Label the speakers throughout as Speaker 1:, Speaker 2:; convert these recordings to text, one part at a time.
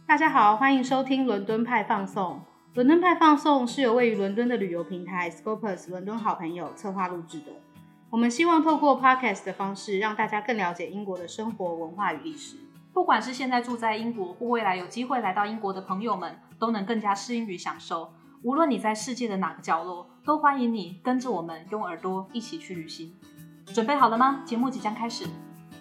Speaker 1: 大家好，欢迎收听伦敦派放送。伦敦派放送是由位于伦敦的旅游平台 Scopus 伦敦好朋友策划录制的。我们希望透过 Podcast 的方式，让大家更了解英国的生活、文化与历史。
Speaker 2: 不管是现在住在英国，或未来有机会来到英国的朋友们，都能更加适应与享受。无论你在世界的哪个角落，都欢迎你跟着我们用耳朵一起去旅行。准备好了吗？节目即将开始。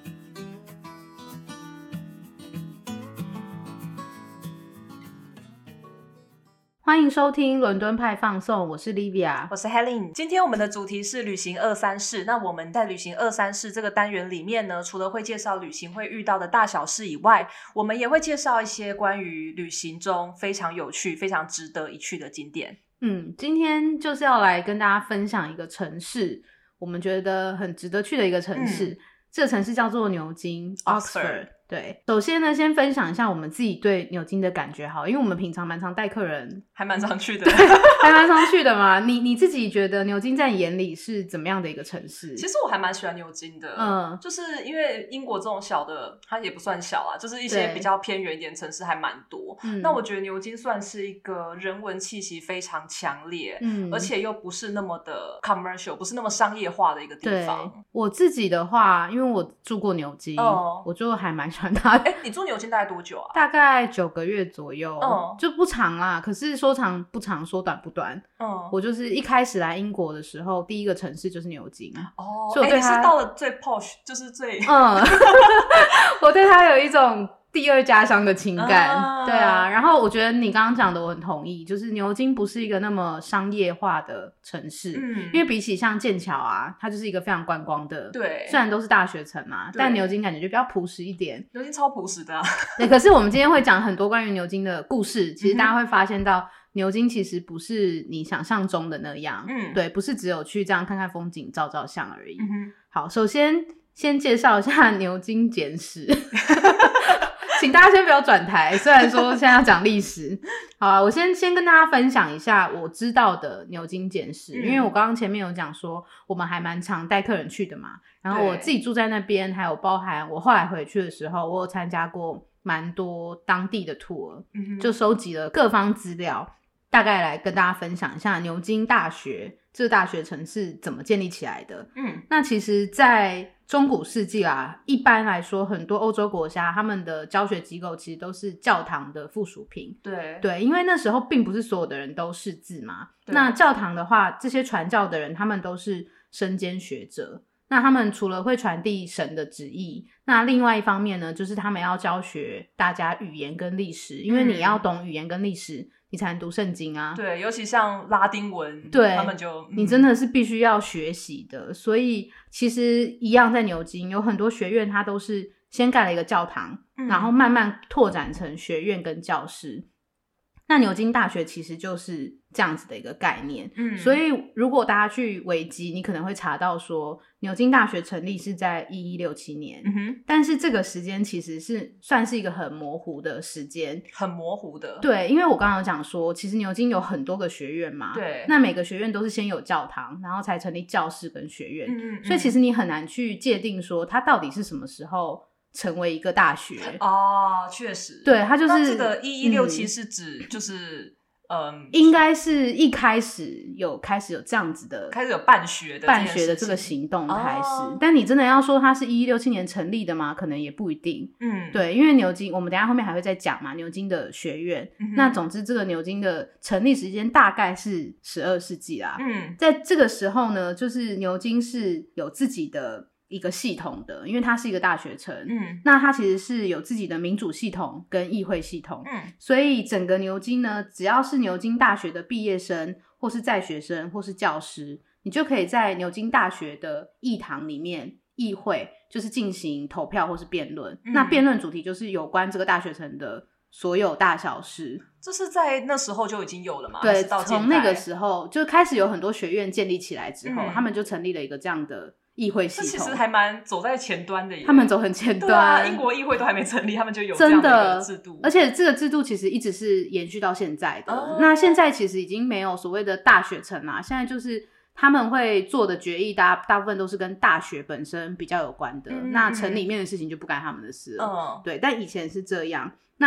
Speaker 1: 欢迎收听伦敦派放送，我是 Livia，
Speaker 2: 我是 Helen。今天我们的主题是旅行2-3事。那我们在旅行2-3事这个单元里面呢，除了会介绍旅行会遇到的大小事以外，我们也会介绍一些关于旅行中非常有趣、非常值得一去的景点。
Speaker 1: 今天就是要来跟大家分享一个城市，我们觉得很值得去的一个城市。这个城市叫做牛津 Oxford。对，首先呢，先分享一下我们自己对牛津的感觉好，因为我们平常蛮常带客人，
Speaker 2: 还蛮常去的，
Speaker 1: 还蛮常去的嘛。你自己觉得牛津在你眼里是怎么样的一个城市？
Speaker 2: 其实我还蛮喜欢牛津的，就是因为英国这种小的，它也不算小啊，就是一些比较偏远一点城市还蛮多。那我觉得牛津算是一个人文气息非常强烈，而且又不是那么的 commercial， 不是那么商业化的一个地方。
Speaker 1: 我自己的话，因为我住过牛津，我就还蛮喜欢它的。
Speaker 2: 你住牛津大概多久啊？
Speaker 1: 大概9个月左右，就不长啦。可是说长不长，说短不短。我就是一开始来英国的时候，第一个城市就是牛津。所以我对它
Speaker 2: 你是到了最 posh， 就是最
Speaker 1: 我对它有一种第二家乡的情感。对啊，然后我觉得你刚刚讲的我很同意，就是牛津不是一个那么商业化的城市，因为比起像剑桥啊，它就是一个非常观光的，对，虽然都是大学城嘛，但牛津感觉就比较朴实一点。
Speaker 2: 牛津超朴实的啊。
Speaker 1: 对，可是我们今天会讲很多关于牛津的故事，其实大家会发现到牛津其实不是你想象中的那样，对，不是只有去这样看看风景照照相而已。好，首先介绍一下牛津简史。请大家先不要转台，虽然说现在要讲历史。好啊，我先跟大家分享一下我知道的牛津简史，因为我刚刚前面有讲说我们还蛮常带客人去的嘛，然后我自己住在那边，还有包含我后来回去的时候，我有参加过蛮多当地的 tour，就收集了各方资料，大概来跟大家分享一下牛津大学这个大学城是怎么建立起来的。那其实在中古世纪啊，一般来说很多欧洲国家他们的教学机构其实都是教堂的附属品。对，因为那时候并不是所有的人都识字嘛，那教堂的话，这些传教的人他们都是身兼学者，那他们除了会传递神的旨意，那另外一方面呢，就是他们要教学大家语言跟历史，因为你要懂语言跟历史你才能读圣经啊。
Speaker 2: 对，尤其像拉丁文，
Speaker 1: 对，
Speaker 2: 他们就
Speaker 1: 你真的是必须要学习的。所以其实一样在牛津有很多学院它都是先盖了一个教堂，然后慢慢拓展成学院跟教室。那牛津大学其实就是这样子的一个概念。所以如果大家去维基，你可能会查到说牛津大学成立是在1167年，但是这个时间其实是算是一个很模糊的时间。
Speaker 2: 很模糊的。
Speaker 1: 对，因为我刚刚有讲说其实牛津有很多个学院嘛，对，那每个学院都是先有教堂，然后才成立教室跟学院，所以其实你很难去界定说它到底是什么时候成为一个大学。
Speaker 2: 确实。对，
Speaker 1: 它就是
Speaker 2: 那这个1167是指就是
Speaker 1: 应该是一开始有这样子的，
Speaker 2: 开始有办学的
Speaker 1: 这个行动开始。但你真的要说它是1167年成立的吗？可能也不一定。对，因为牛津我们等一下后面还会再讲嘛，牛津的学院。那总之这个牛津的成立时间大概是12世纪啦。在这个时候呢，就是牛津是有自己的一个系统的，因为它是一个大学城，那它其实是有自己的民主系统跟议会系统，所以整个牛津呢，只要是牛津大学的毕业生或是在学生或是教师，你就可以在牛津大学的议堂里面议会就是进行投票或是辩论，那辩论主题就是有关这个大学城的所有大小事。
Speaker 2: 这是在那时候就已经有了吗？
Speaker 1: 对，从那个时候就开始有很多学院建立起来之后，他们就成立了一个这样的议会系统。
Speaker 2: 这其实还蛮走在前端的耶，
Speaker 1: 他们走很前端。对
Speaker 2: 啊，英国议会都还没成立，他们就有这样的一个制度。
Speaker 1: 而且这个制度其实一直是延续到现在的。那现在其实已经没有所谓的大学城啦，现在就是他们会做的决议大部分都是跟大学本身比较有关的，那城里面的事情就不干他们的事了。对，但以前是这样。那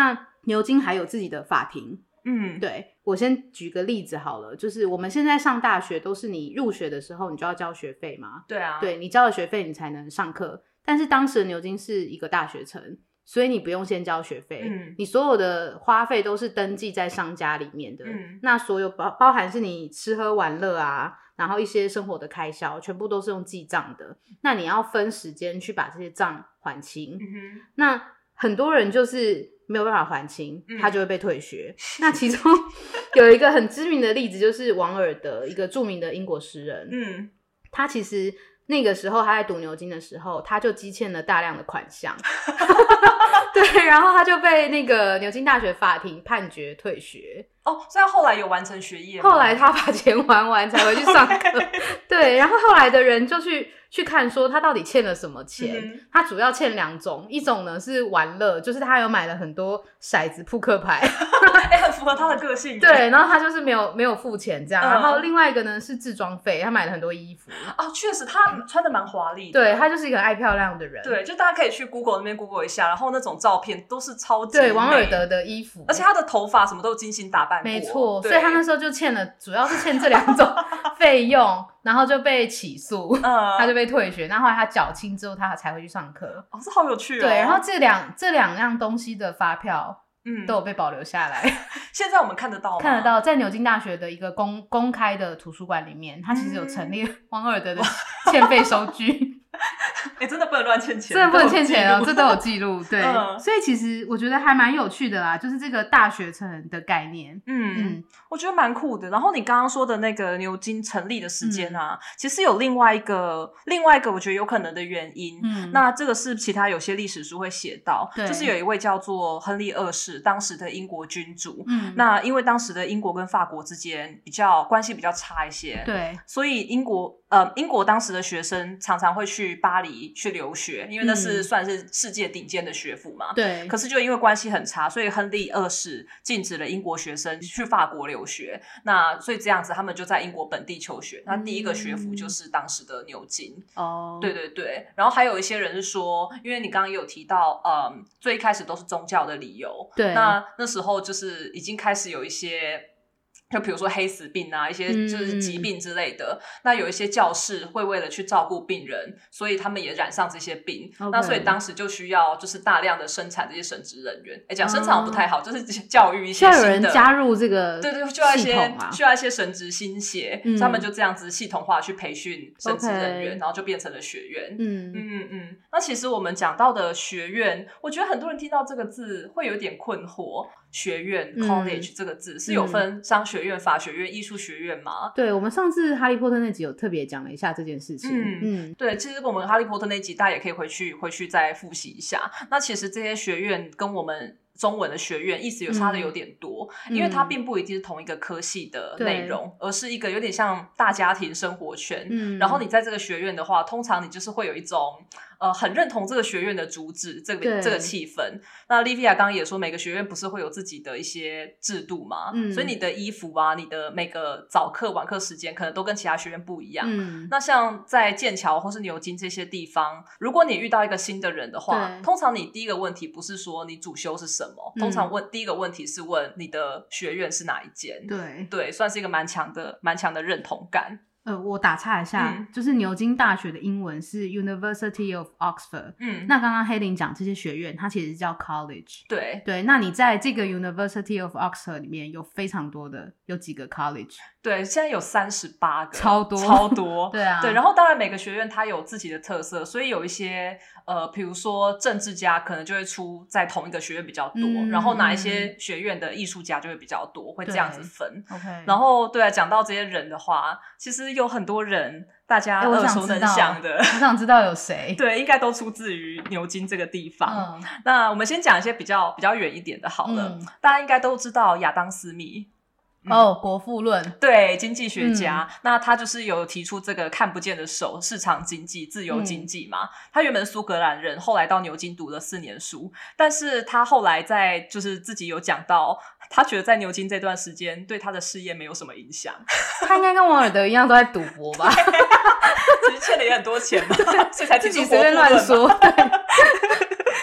Speaker 1: 牛津还有自己的法庭。对，我先举个例子好了，就是我们现在上大学都是你入学的时候你就要交学费嘛。
Speaker 2: 对啊，
Speaker 1: 对，你交了学费你才能上课，但是当时的牛津是一个大学城，所以你不用先交学费，你所有的花费都是登记在商家里面的。那所有包含是你吃喝玩乐啊，然后一些生活的开销全部都是用记账的，那你要分时间去把这些账还清。那很多人就是没有办法还清，他就会被退学。那其中有一个很知名的例子就是王尔德，一个著名的英国诗人。他其实那个时候他在读牛津的时候，他就积欠了大量的款项。对，然后他就被那个牛津大学法庭判决退学。
Speaker 2: 所以他后来有完成学业吗？
Speaker 1: 后来他把钱还完才回去上课。对，然后后来的人就去看说他到底欠了什么钱。他主要欠2种，一种呢是玩乐，就是他有买了很多骰子扑克牌。
Speaker 2: 很符合他的个性。
Speaker 1: 对，然后他就是没有付钱这样。然后另外一个呢是置装费，他买了很多衣服。
Speaker 2: 确实他穿得蛮华丽的。
Speaker 1: 对，他就是一个爱漂亮的人。
Speaker 2: 对，就大家可以去 Google 那边 Google 一下，然后那种照片都是超级美。
Speaker 1: 对，王尔德的衣服，
Speaker 2: 而且他的头发什么都精心打扮过。
Speaker 1: 没错，所以他那时候就欠了，主要是欠这2种费用，然后就被起诉。他就被退学。那后来他缴清之后他才会去上课。
Speaker 2: 这好有趣。
Speaker 1: 对，然后这两样东西的发票都有被保留下来。
Speaker 2: 现在我们看得到吗？
Speaker 1: 看得到，在牛津大学的一个公开的图书馆里面，它其实有陈列王尔德的欠费收据。
Speaker 2: 真的不能乱欠钱，
Speaker 1: 真的不能欠钱哦，这都有记录。对，所以其实我觉得还蛮有趣的啦，就是这个大学城的概念。
Speaker 2: 我觉得蛮酷的。然后你刚刚说的那个牛津成立的时间啊，其实有另外一个我觉得有可能的原因。那这个是其他有些历史书会写到，就是有一位叫做亨利2世，当时的英国君主。那因为当时的英国跟法国之间关系比较差一些，
Speaker 1: 对，
Speaker 2: 所以英国当时的学生常常会去巴黎去留学，因为那是算是世界顶尖的学府嘛。
Speaker 1: 对。
Speaker 2: 可是就因为关系很差，所以亨利2世禁止了英国学生去法国留学。那所以这样子他们就在英国本地求学。那第一个学府就是当时的牛津。对对对。然后还有一些人是说，因为你刚刚有提到最一开始都是宗教的理由。
Speaker 1: 对。
Speaker 2: 那时候就是已经开始有一些，就比如说黑死病啊，一些就是疾病之类的。那有一些教士会为了去照顾病人，所以他们也染上这些病。那所以当时就需要就是大量的生产这些神职人员。讲生产不太好，就是教育一些新的，
Speaker 1: 需要有人加入这个
Speaker 2: 对对，需要一些神职新血。所以他们就这样子系统化去培训神职人员，然后就变成了学院。那其实我们讲到的学院，我觉得很多人听到这个字会有点困惑。学院 college 这个字是有分商学院、法学院、艺术学院吗？
Speaker 1: 对，我们上次哈利波特那集有特别讲了一下这件事情。
Speaker 2: 对，其实我们哈利波特那集大家也可以回去再复习一下。那其实这些学院跟我们中文的学院意思有差的有点多，因为它并不一定是同一个科系的内容，而是一个有点像大家庭生活圈。然后你在这个学院的话，通常你就是会有一种很认同这个学院的主旨，这个气氛。那 Livia 刚刚也说，每个学院不是会有自己的一些制度嘛，所以你的衣服啊，你的每个早课晚课时间可能都跟其他学院不一样。那像在剑桥或是牛津这些地方，如果你遇到一个新的人的话，通常你第一个问题不是说你主修是什么，通常第一个问题是问你的学院是哪一间。对，算是一个蛮强的认同感。
Speaker 1: 我打岔一下，就是牛津大学的英文是 University of Oxford。那刚刚黑林讲这些学院，它其实叫 college。对，那你在这个 University of Oxford 里面有非常多的，有几个 college？
Speaker 2: 对，现在有38个，
Speaker 1: 超多。
Speaker 2: 对啊，对。然后当然每个学院它有自己的特色，所以有一些比如说政治家可能就会出在同一个学院比较多，然后哪一些学院的艺术家就会比较多，会这样子分。然后对啊，讲到这些人的话，其实有很多人大家耳熟能详的，
Speaker 1: 我想知道有谁。
Speaker 2: 对，应该都出自于牛津这个地方。那我们先讲一些比较远一点的好了。大家应该都知道亚当斯密。
Speaker 1: 国富论。
Speaker 2: 对，经济学家。那他就是有提出这个看不见的手，市场经济、自由经济嘛。他原本苏格兰人，后来到牛津读了4年书，但是他后来在就是自己有讲到，他觉得在牛津这段时间对他的事业没有什么影响。
Speaker 1: 他应该跟王尔德一样都在赌博吧？
Speaker 2: 其实欠的也很多钱嘛，所以才提出国富论嘛。
Speaker 1: 自己随便乱说。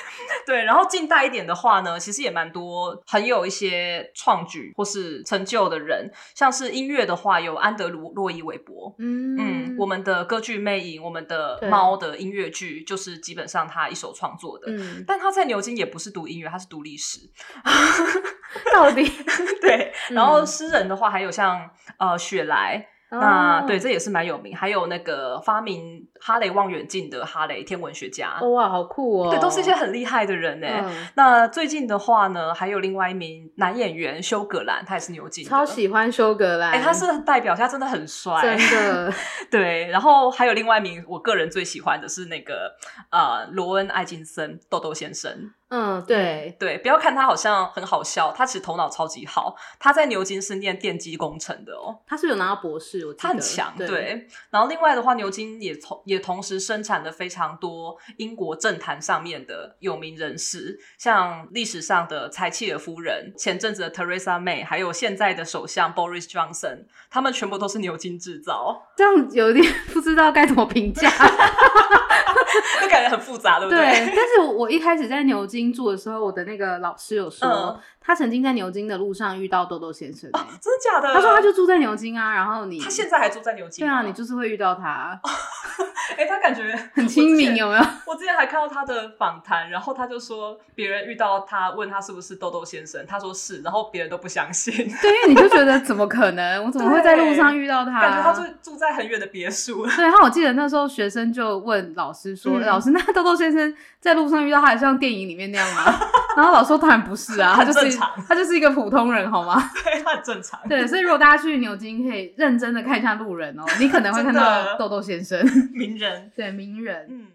Speaker 2: 对，然后近代一点的话呢，其实也蛮多很有一些创举或是成就的人，像是音乐的话，有安德鲁·洛伊·韦伯，我们的歌剧《魅影》，我们的猫的音乐剧，就是基本上他一手创作的。但他在牛津也不是读音乐，他是读历史。
Speaker 1: 到底
Speaker 2: 对，然后诗人的话，还有像雪莱。那对，这也是蛮有名。还有那个发明哈雷望远镜的哈雷天文学家，
Speaker 1: 哇，好酷哦！
Speaker 2: 对，都是一些很厉害的人那最近的话呢，还有另外一名男演员休格兰，他也是牛津的，
Speaker 1: 超喜欢休格兰。
Speaker 2: 他是代表，他真的很帅，
Speaker 1: 真的。
Speaker 2: 对，然后还有另外一名，我个人最喜欢的是那个罗恩·艾金森，豆豆先生。
Speaker 1: 对
Speaker 2: 对，不要看他好像很好笑，他其实头脑超级好。他在牛津是念电机工程的哦，
Speaker 1: 他是有拿到博士，我记得
Speaker 2: 他很强。对，然后另外的话，牛津也同时生产了非常多英国政坛上面的有名人士，像历史上的柴契尔夫人，前阵子的 Theresa May， 还有现在的首相 Boris Johnson， 他们全部都是牛津制造。
Speaker 1: 这样有点不知道该怎么评价。
Speaker 2: 就感觉很复杂，对不对？
Speaker 1: 对，但是我一开始在牛津住的时候，我的那个老师有说，他曾经在牛津的路上遇到豆豆先生。
Speaker 2: 真的假的？
Speaker 1: 他说他就住在牛津啊，然后
Speaker 2: 他现在还住在牛津？
Speaker 1: 对啊，你就是会遇到他。
Speaker 2: 他感觉
Speaker 1: 很亲民，有没有？
Speaker 2: 我之前还看到他的访谈，然后他就说别人遇到他问他是不是豆豆先生，他说是，然后别人都不相信。
Speaker 1: 对，因为你就觉得怎么可能？我怎么会在路上遇到他？
Speaker 2: 感觉他住在很远的别墅。
Speaker 1: 对，然后我记得那时候学生就问老师说：“老师，那豆豆先生在路上遇到他，还像电影里面那样吗？”然后老师说：“当然不是啊，他就是一个普通人，好吗？”
Speaker 2: 对，他很正常。
Speaker 1: 对，所以如果大家去牛津，可以认真的看一下路人哦，你可能会看到豆豆先生，
Speaker 2: 名人。
Speaker 1: 对，名人。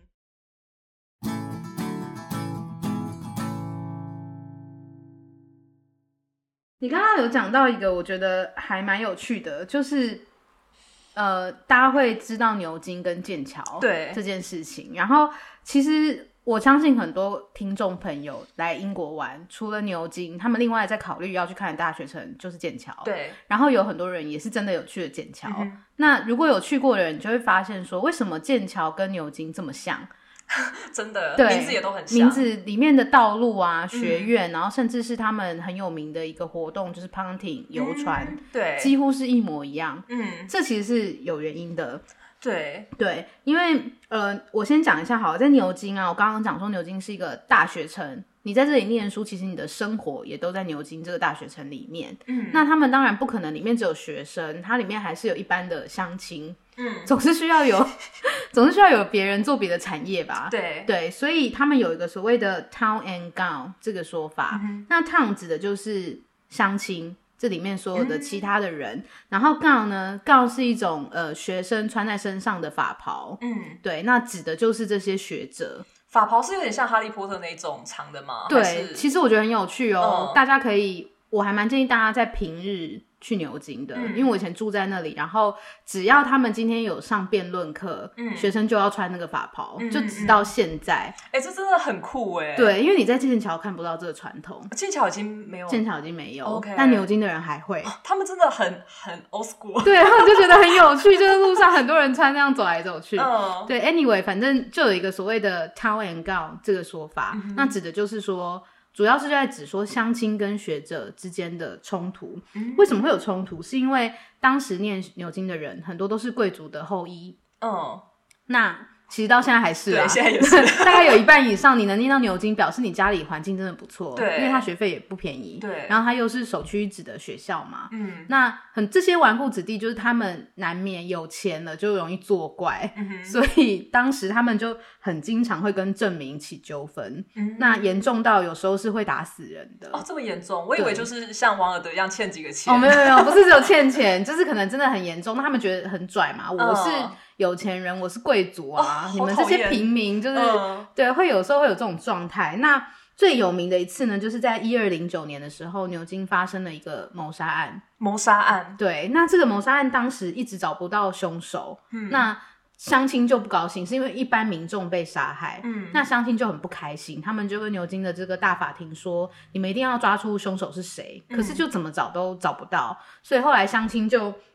Speaker 1: 你刚刚有讲到一个我觉得还蛮有趣的，就是大家会知道牛津跟剑桥
Speaker 2: 对
Speaker 1: 这件事情，然后其实我相信很多听众朋友来英国玩，除了牛津，他们另外在考虑要去看的大学城就是剑桥。
Speaker 2: 对，
Speaker 1: 然后有很多人也是真的有去了剑桥。那如果有去过的人，你就会发现说，为什么剑桥跟牛津这么像？
Speaker 2: 真的，
Speaker 1: 对，
Speaker 2: 名字也都很像，
Speaker 1: 名字里面的道路啊、学院，然后甚至是他们很有名的一个活动，就是 punting 游船，
Speaker 2: 对，
Speaker 1: 几乎是一模一样。这其实是有原因的。
Speaker 2: 对，
Speaker 1: 因为我先讲一下好了，在牛津啊，我刚刚讲说牛津是一个大学城，你在这里念书，其实你的生活也都在牛津这个大学城里面。那他们当然不可能里面只有学生，它里面还是有一般的乡亲。总是需要有别人做别的产业吧。对，所以他们有一个所谓的 town and gown 这个说法。那 town 指的就是乡亲，这里面所有的其他的人。然后 gown 呢 gown 是一种学生穿在身上的法袍。对，那指的就是这些学者。
Speaker 2: 法袍是有点像哈利波特那种长的吗？
Speaker 1: 对，其实我觉得很有趣哦。大家可以，我还蛮建议大家在平日去牛津的，因为我以前住在那里，然后只要他们今天有上辩论课，学生就要穿那个法袍，就直到现在。
Speaker 2: 这真的很酷耶。
Speaker 1: 对，因为你在剑桥看不到这个传统，
Speaker 2: 剑桥已经没有，
Speaker 1: okay. 但牛津的人还会。
Speaker 2: 他们真的很 old school。
Speaker 1: 对，他们就觉得很有趣，就是路上很多人穿这样走来走去。对 ，anyway， 反正就有一个所谓的 town and gown 这个说法，那指的就是说。主要是在指说乡亲跟学者之间的冲突。为什么会有冲突？是因为当时念牛津的人很多都是贵族的后裔。那其实到现在还是
Speaker 2: 对，现在也是
Speaker 1: 大概有一半以上你能念到牛津，表示你家里环境真的不错。
Speaker 2: 对，
Speaker 1: 因为它学费也不便宜。
Speaker 2: 对，
Speaker 1: 然后它又是首屈一指的学校嘛。那这些纨绔子弟就是他们难免有钱了就容易作怪。所以当时他们就很经常会跟镇民起纠纷。那严重到有时候是会打死人的。
Speaker 2: 这么严重？我以为就是像王尔德一样欠几个钱。
Speaker 1: 没有，不是只有欠钱，就是可能真的很严重。那他们觉得很拽嘛，我是有钱人，我是贵族啊，你们这些平民就是对，会有时候会有这种状态。那最有名的一次呢，就是在1209年的时候，牛津发生了一个谋杀案。对，那这个谋杀案当时一直找不到凶手。那乡亲就不高兴，是因为一般民众被杀害。那乡亲就很不开心，他们就跟牛津的这个大法庭说，你们一定要抓出凶手是谁。可是就怎么找都找不到，所以后来乡亲就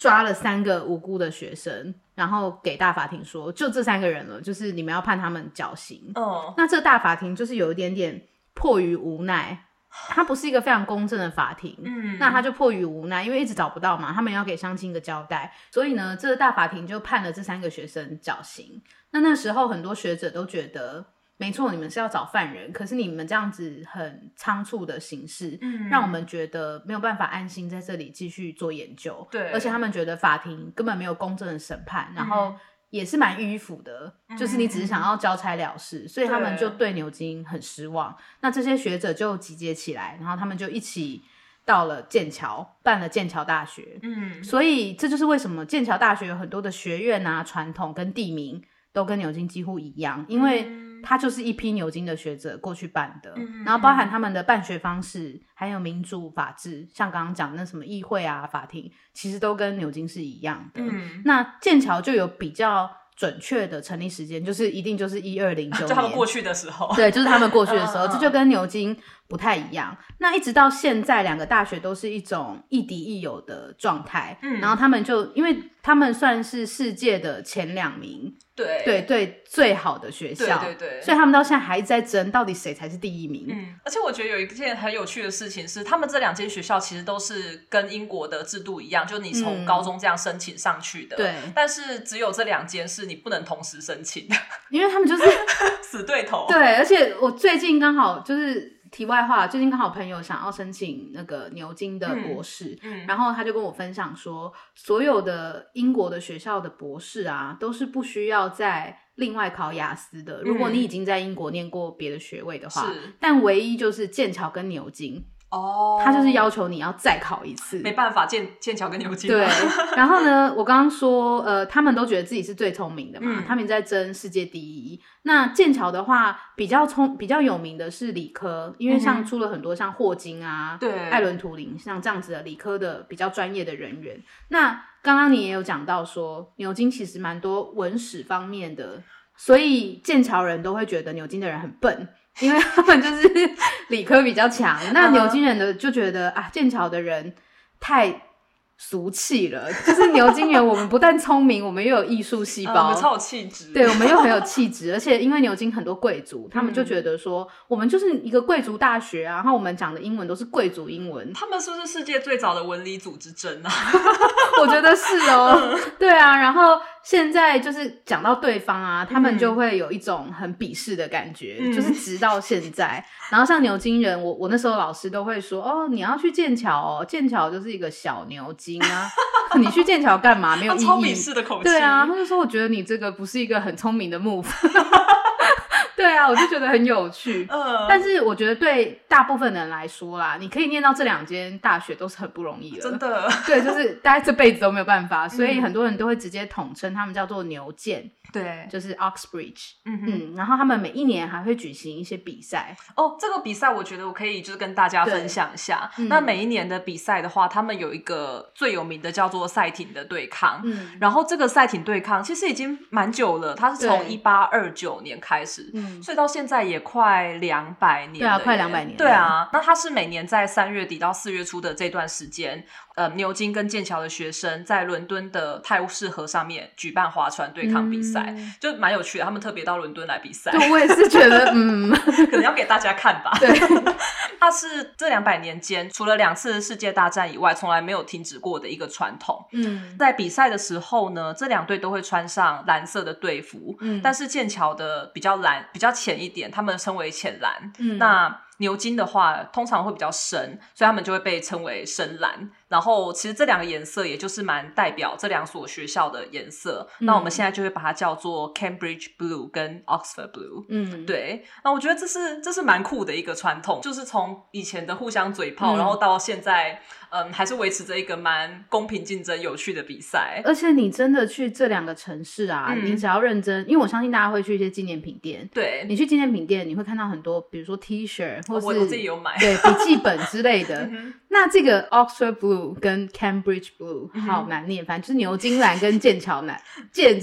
Speaker 1: 抓了3个无辜的学生，然后给大法庭说就这3个人了，就是你们要判他们绞刑。那这个大法庭就是有一点点迫于无奈，它不是一个非常公正的法庭，那他就迫于无奈，因为一直找不到嘛，他们要给乡亲一个交代，所以呢这个大法庭就判了这3个学生绞刑。那时候很多学者都觉得没错，你们是要找犯人，可是你们这样子很仓促的形式，让我们觉得没有办法安心在这里继续做研究。
Speaker 2: 对，
Speaker 1: 而且他们觉得法庭根本没有公正的审判，然后也是蛮迂腐的，就是你只是想要交差了事，所以他们就对牛津很失望。那这些学者就集结起来，然后他们就一起到了剑桥，办了剑桥大学。所以这就是为什么剑桥大学有很多的学院啊、传统跟地名都跟牛津几乎一样，因为它就是一批牛津的学者过去办的，然后包含他们的办学方式，还有民主法治，像刚刚讲那什么议会啊、法庭，其实都跟牛津是一样的。那剑桥就有比较准确的成立时间，就是一定就是1209年，
Speaker 2: 就他们过去的时候。
Speaker 1: 对，就是他们过去的时候，这就跟牛津不太一样。那一直到现在2个大学都是一种亦敌亦友的状态，然后他们就因为他们算是世界的前2名，对最好的学校，对，所以他们到现在还在争到底谁才是第1名。
Speaker 2: 而且我觉得有一件很有趣的事情是，他们这2间学校其实都是跟英国的制度一样，就是你从高中这样申请上去的，对，但是只有这2间是你不能同时申请的，
Speaker 1: 因为他们就是
Speaker 2: 死对头。
Speaker 1: 对，而且我最近刚好就是题外话，最近刚好朋友想要申请那个牛津的博士，然后他就跟我分享说，所有的英国的学校的博士啊，都是不需要再另外考雅思的，如果你已经在英国念过别的学位的话，但唯一就是剑桥跟牛津。他就是要求你要再考一次，
Speaker 2: 没办法，剑桥跟牛津。
Speaker 1: 对，然后呢，我刚刚说，他们都觉得自己是最聪明的嘛，他们在争世界第1。那剑桥的话，比较有名的是理科，因为像出了很多像霍金啊、艾伦图灵像这样子的理科的比较专业的人员。那刚刚你也有讲到说，牛津其实蛮多文史方面的，所以剑桥人都会觉得牛津的人很笨。因为他们就是理科比较强，那牛津人的就觉得啊，剑桥的人太俗气了，就是牛津人我们不但聪明，我们又有艺术细胞，
Speaker 2: 我们超有气质，
Speaker 1: 对，我们又很有气质，而且因为牛津很多贵族，他们就觉得说我们就是一个贵族大学啊，然后我们讲的英文都是贵族英文。
Speaker 2: 他们是不是世界最早的文理组之争啊？
Speaker 1: 我觉得是哦，对啊，然后现在就是讲到对方啊，他们就会有一种很鄙视的感觉，就是直到现在。然后像牛津人，我那时候老师都会说，哦，你要去剑桥哦，剑桥就是一个小牛津啊，你去剑桥干嘛？没有意义。
Speaker 2: 超鄙视的口气。
Speaker 1: 对啊，他就说我觉得你这个不是一个很聪明的 move。对啊，我就觉得很有趣。但是我觉得对大部分人来说啦，你可以念到这2间大学都是很不容易了，
Speaker 2: 真的。
Speaker 1: 对，就是大概这辈子都没有办法，所以很多人都会直接统称他们叫做牛剑。
Speaker 2: 对，
Speaker 1: 就是 Oxbridge。然后他们每一年还会举行一些比赛。
Speaker 2: 这个比赛我觉得我可以就是跟大家分享一下。那每一年的比赛的话，他们有一个最有名的叫做赛艇的对抗。然后这个赛艇对抗其实已经蛮久了，它是从1829年开始，所以到现在也快200年了。
Speaker 1: 对啊，快200年了。
Speaker 2: 对啊，那它是每年在3月底到4月初的这段时间，牛津跟剑桥的学生在伦敦的泰晤士河上面举办划船对抗比赛。就蛮有趣的，他们特别到伦敦来比赛。
Speaker 1: 对，我也是觉得
Speaker 2: 可能要给大家看吧。
Speaker 1: 对，
Speaker 2: 它是这200年间除了2次世界大战以外从来没有停止过的一个传统。在比赛的时候呢，这2队都会穿上蓝色的队服，但是剑桥的比较蓝比较浅一点，他们称为浅蓝。那牛津的话通常会比较深，所以他们就会被称为深蓝。然后其实这2个颜色也就是蛮代表这2所学校的颜色。那我们现在就会把它叫做 Cambridge Blue 跟 Oxford Blue。对，那我觉得这是蛮酷的一个传统，就是从以前的互相嘴炮，然后到现在还是维持着一个蛮公平竞争有趣的比赛。
Speaker 1: 而且你真的去这2个城市啊，你只要认真，因为我相信大家会去一些纪念品店。
Speaker 2: 对，
Speaker 1: 你去纪念品店你会看到很多比如说 T 恤或是
Speaker 2: 我自己有买，
Speaker 1: 对，笔记本之类的。那这个 Oxford Blue 跟 Cambridge Blue 好难念，反正就是牛津蓝跟剑桥蓝这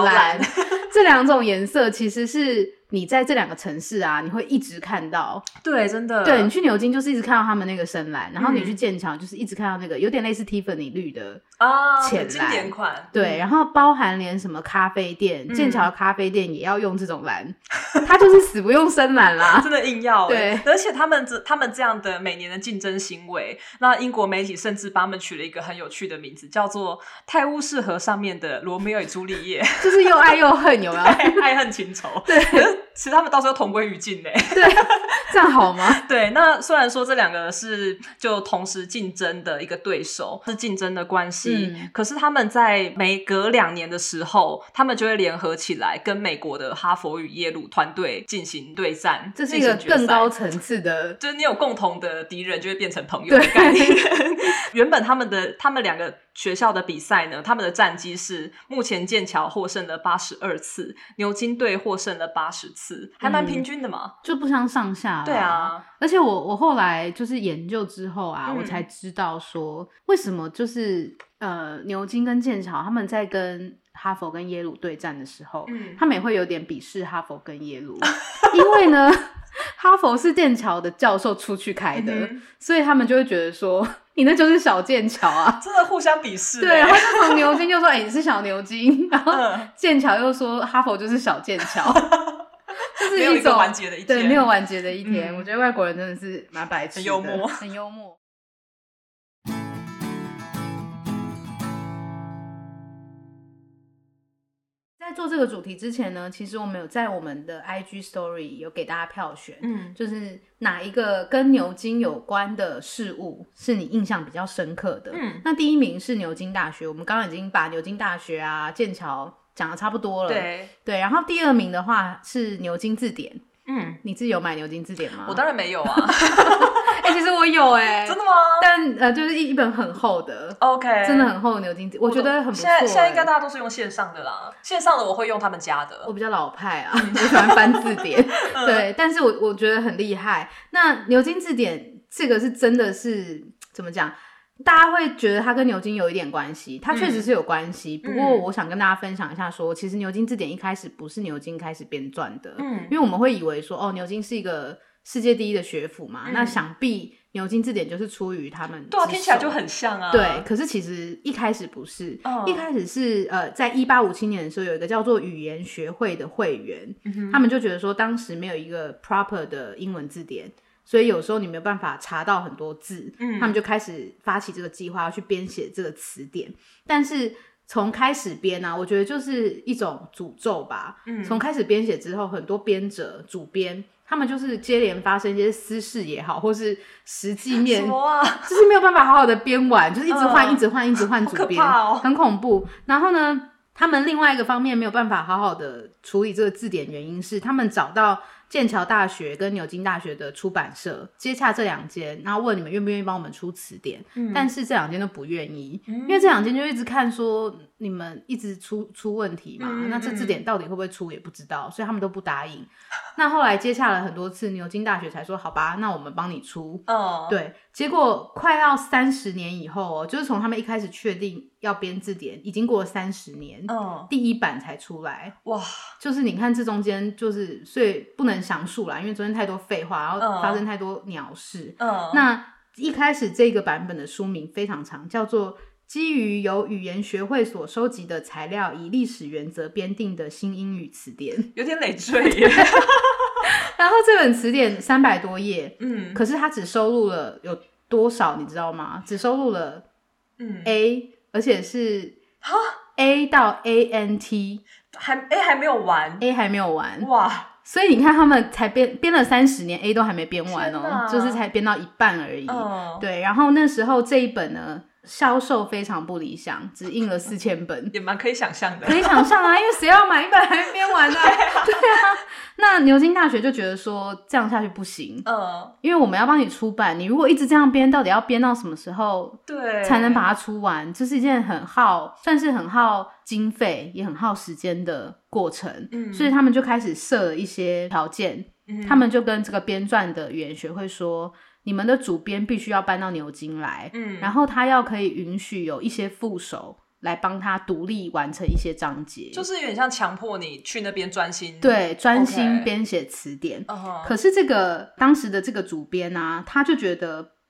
Speaker 1: 2种颜色其实是你在这2个城市啊你会一直看到。
Speaker 2: 对，真的。
Speaker 1: 对，你去牛津就是一直看到他们那个深蓝，然后你去剑桥就是一直看到那个有点类似 Tiffany 绿的浅蓝
Speaker 2: 经典款，
Speaker 1: 对，然后包含连什么咖啡店，剑桥咖啡店也要用这种蓝，他就是死不用深蓝啦，
Speaker 2: 真的硬要
Speaker 1: 对，
Speaker 2: 而且他们这样的每年的竞争行为，那英国媒体甚至帮他们取了一个很有趣的名字，叫做泰晤士河上面的罗密欧与朱丽叶，
Speaker 1: 就是又爱又恨，有没有？
Speaker 2: 爱恨情仇，
Speaker 1: 对，
Speaker 2: 其实他们到时候同归于尽嘞，
Speaker 1: 对，这样好吗？
Speaker 2: 对，那虽然说这两个是就同时竞争的一个对手，是竞争的关系，可是他们在每隔2年的时候，他们就会联合起来跟美国的哈佛与耶鲁团队进行对战，
Speaker 1: 这是一个更高层次的，
Speaker 2: 就是你有共同的敌人就会变成朋友的概念。原本他们两个学校的比赛呢，他们的战绩是目前剑桥获胜了82次，牛津队获胜了80次，还蛮平均的嘛，
Speaker 1: 就不相上下啦。
Speaker 2: 对啊，
Speaker 1: 而且我后来就是研究之后啊，我才知道说为什么就是牛津跟剑桥他们在跟哈佛跟耶鲁对战的时候，他们也会有点鄙视哈佛跟耶鲁，因为呢哈佛是剑桥的教授出去开的，所以他们就会觉得说你那就是小剑桥啊，
Speaker 2: 真的互相鄙视。
Speaker 1: 对，然后就从牛津就说你是小牛津，然后剑桥又说哈佛就是小剑桥。就是
Speaker 2: 没有一个完结的一天，
Speaker 1: 对，没有完结的一天。我觉得外国人真的是蛮白痴的，
Speaker 2: 很幽默，
Speaker 1: 很幽默。在做这个主题之前呢，其实我们有在我们的 IG Story 有给大家票选，就是哪一个跟牛津有关的事物是你印象比较深刻的。那第一名是牛津大学，我们刚刚已经把牛津大学啊、剑桥讲的差不多了，对。然后第二名的话是牛津字典，你自己有买牛津字典吗？
Speaker 2: 我当然没有啊。
Speaker 1: 其实我有真
Speaker 2: 的吗？
Speaker 1: 但就是一本很厚的
Speaker 2: ，OK，
Speaker 1: 真的很厚的牛津字典，我觉得很不错。
Speaker 2: 现在应该大家都是用线上的啦，线上的我会用他们家的。
Speaker 1: 我比较老派啊，我喜欢翻字典，对，但是我觉得很厉害。那牛津字典这个是真的是怎么讲？大家会觉得它跟牛津有一点关系，它确实是有关系。不过我想跟大家分享一下说，其实牛津字典一开始不是牛津开始编撰的，因为我们会以为说牛津是一个世界第一的学府嘛，那想必牛津字典就是出于他们。
Speaker 2: 对啊，听起来就很像啊。
Speaker 1: 对，可是其实一开始不是，一开始是在1857年的时候，有一个叫做语言学会的会员，他们就觉得说当时没有一个 proper 的英文字典，所以有时候你没有办法查到很多字，他们就开始发起这个计划要去编写这个词典。但是从开始编啊，我觉得就是一种诅咒吧。从开始编写之后，很多编者、主编他们就是接连发生一些私事也好，或是实际面就是没有办法好好的编完，就是一直换、一直换、一直换主编，很恐怖。然后呢，他们另外一个方面没有办法好好的处理这个字典，原因是他们找到剑桥大学跟牛津大学的出版社接洽这2间，然后问你们愿不愿意帮我们出词典，但是这2间都不愿意，因为这2间就一直看说你们一直出问题嘛，那这字典到底会不会出也不知道，所以他们都不答应。那后来接洽了很多次，牛津大学才说好吧，那我们帮你出。对，结果快要30年以后就是从他们一开始确定要编字典，已经过了30年，第一版才出来。哇，就是你看这中间就是所以不能详述啦，因为中间太多废话，然后发生太多鸟事。那一开始这个版本的书名非常长，叫做基于由语言学会所收集的材料以历史原则编定的新英语词典，
Speaker 2: 有点累赘耶。
Speaker 1: 然后这本词典300多页，可是它只收录了有多少你知道吗？只收录了A，而且是 A 到 ANT，
Speaker 2: 还没有完
Speaker 1: ，A 还没有完，
Speaker 2: 哇！
Speaker 1: 所以你看他们才编了30年 A 都还没编完就是才编到一半而已。对，然后那时候这一本呢销售非常不理想，只印了4000本，
Speaker 2: 也蛮可以想象的。
Speaker 1: 可以想象啊，因为谁要买一本还没编完呢？对啊，那牛津大学就觉得说这样下去不行，因为我们要帮你出版，你如果一直这样编，到底要编到什么时候才能把它出完？这是一件算是很耗经费也很耗时间的过程，所以他们就开始设了一些条件，他们就跟这个编撰的语言学会说，你们的主编必须要搬到牛津来，然后他要可以允许有一些副手来帮他独立完成一些章节，
Speaker 2: 就是有点像强迫你去那边专心，
Speaker 1: 对，专心编写词典。可是这个当时的这个主编啊，他就觉得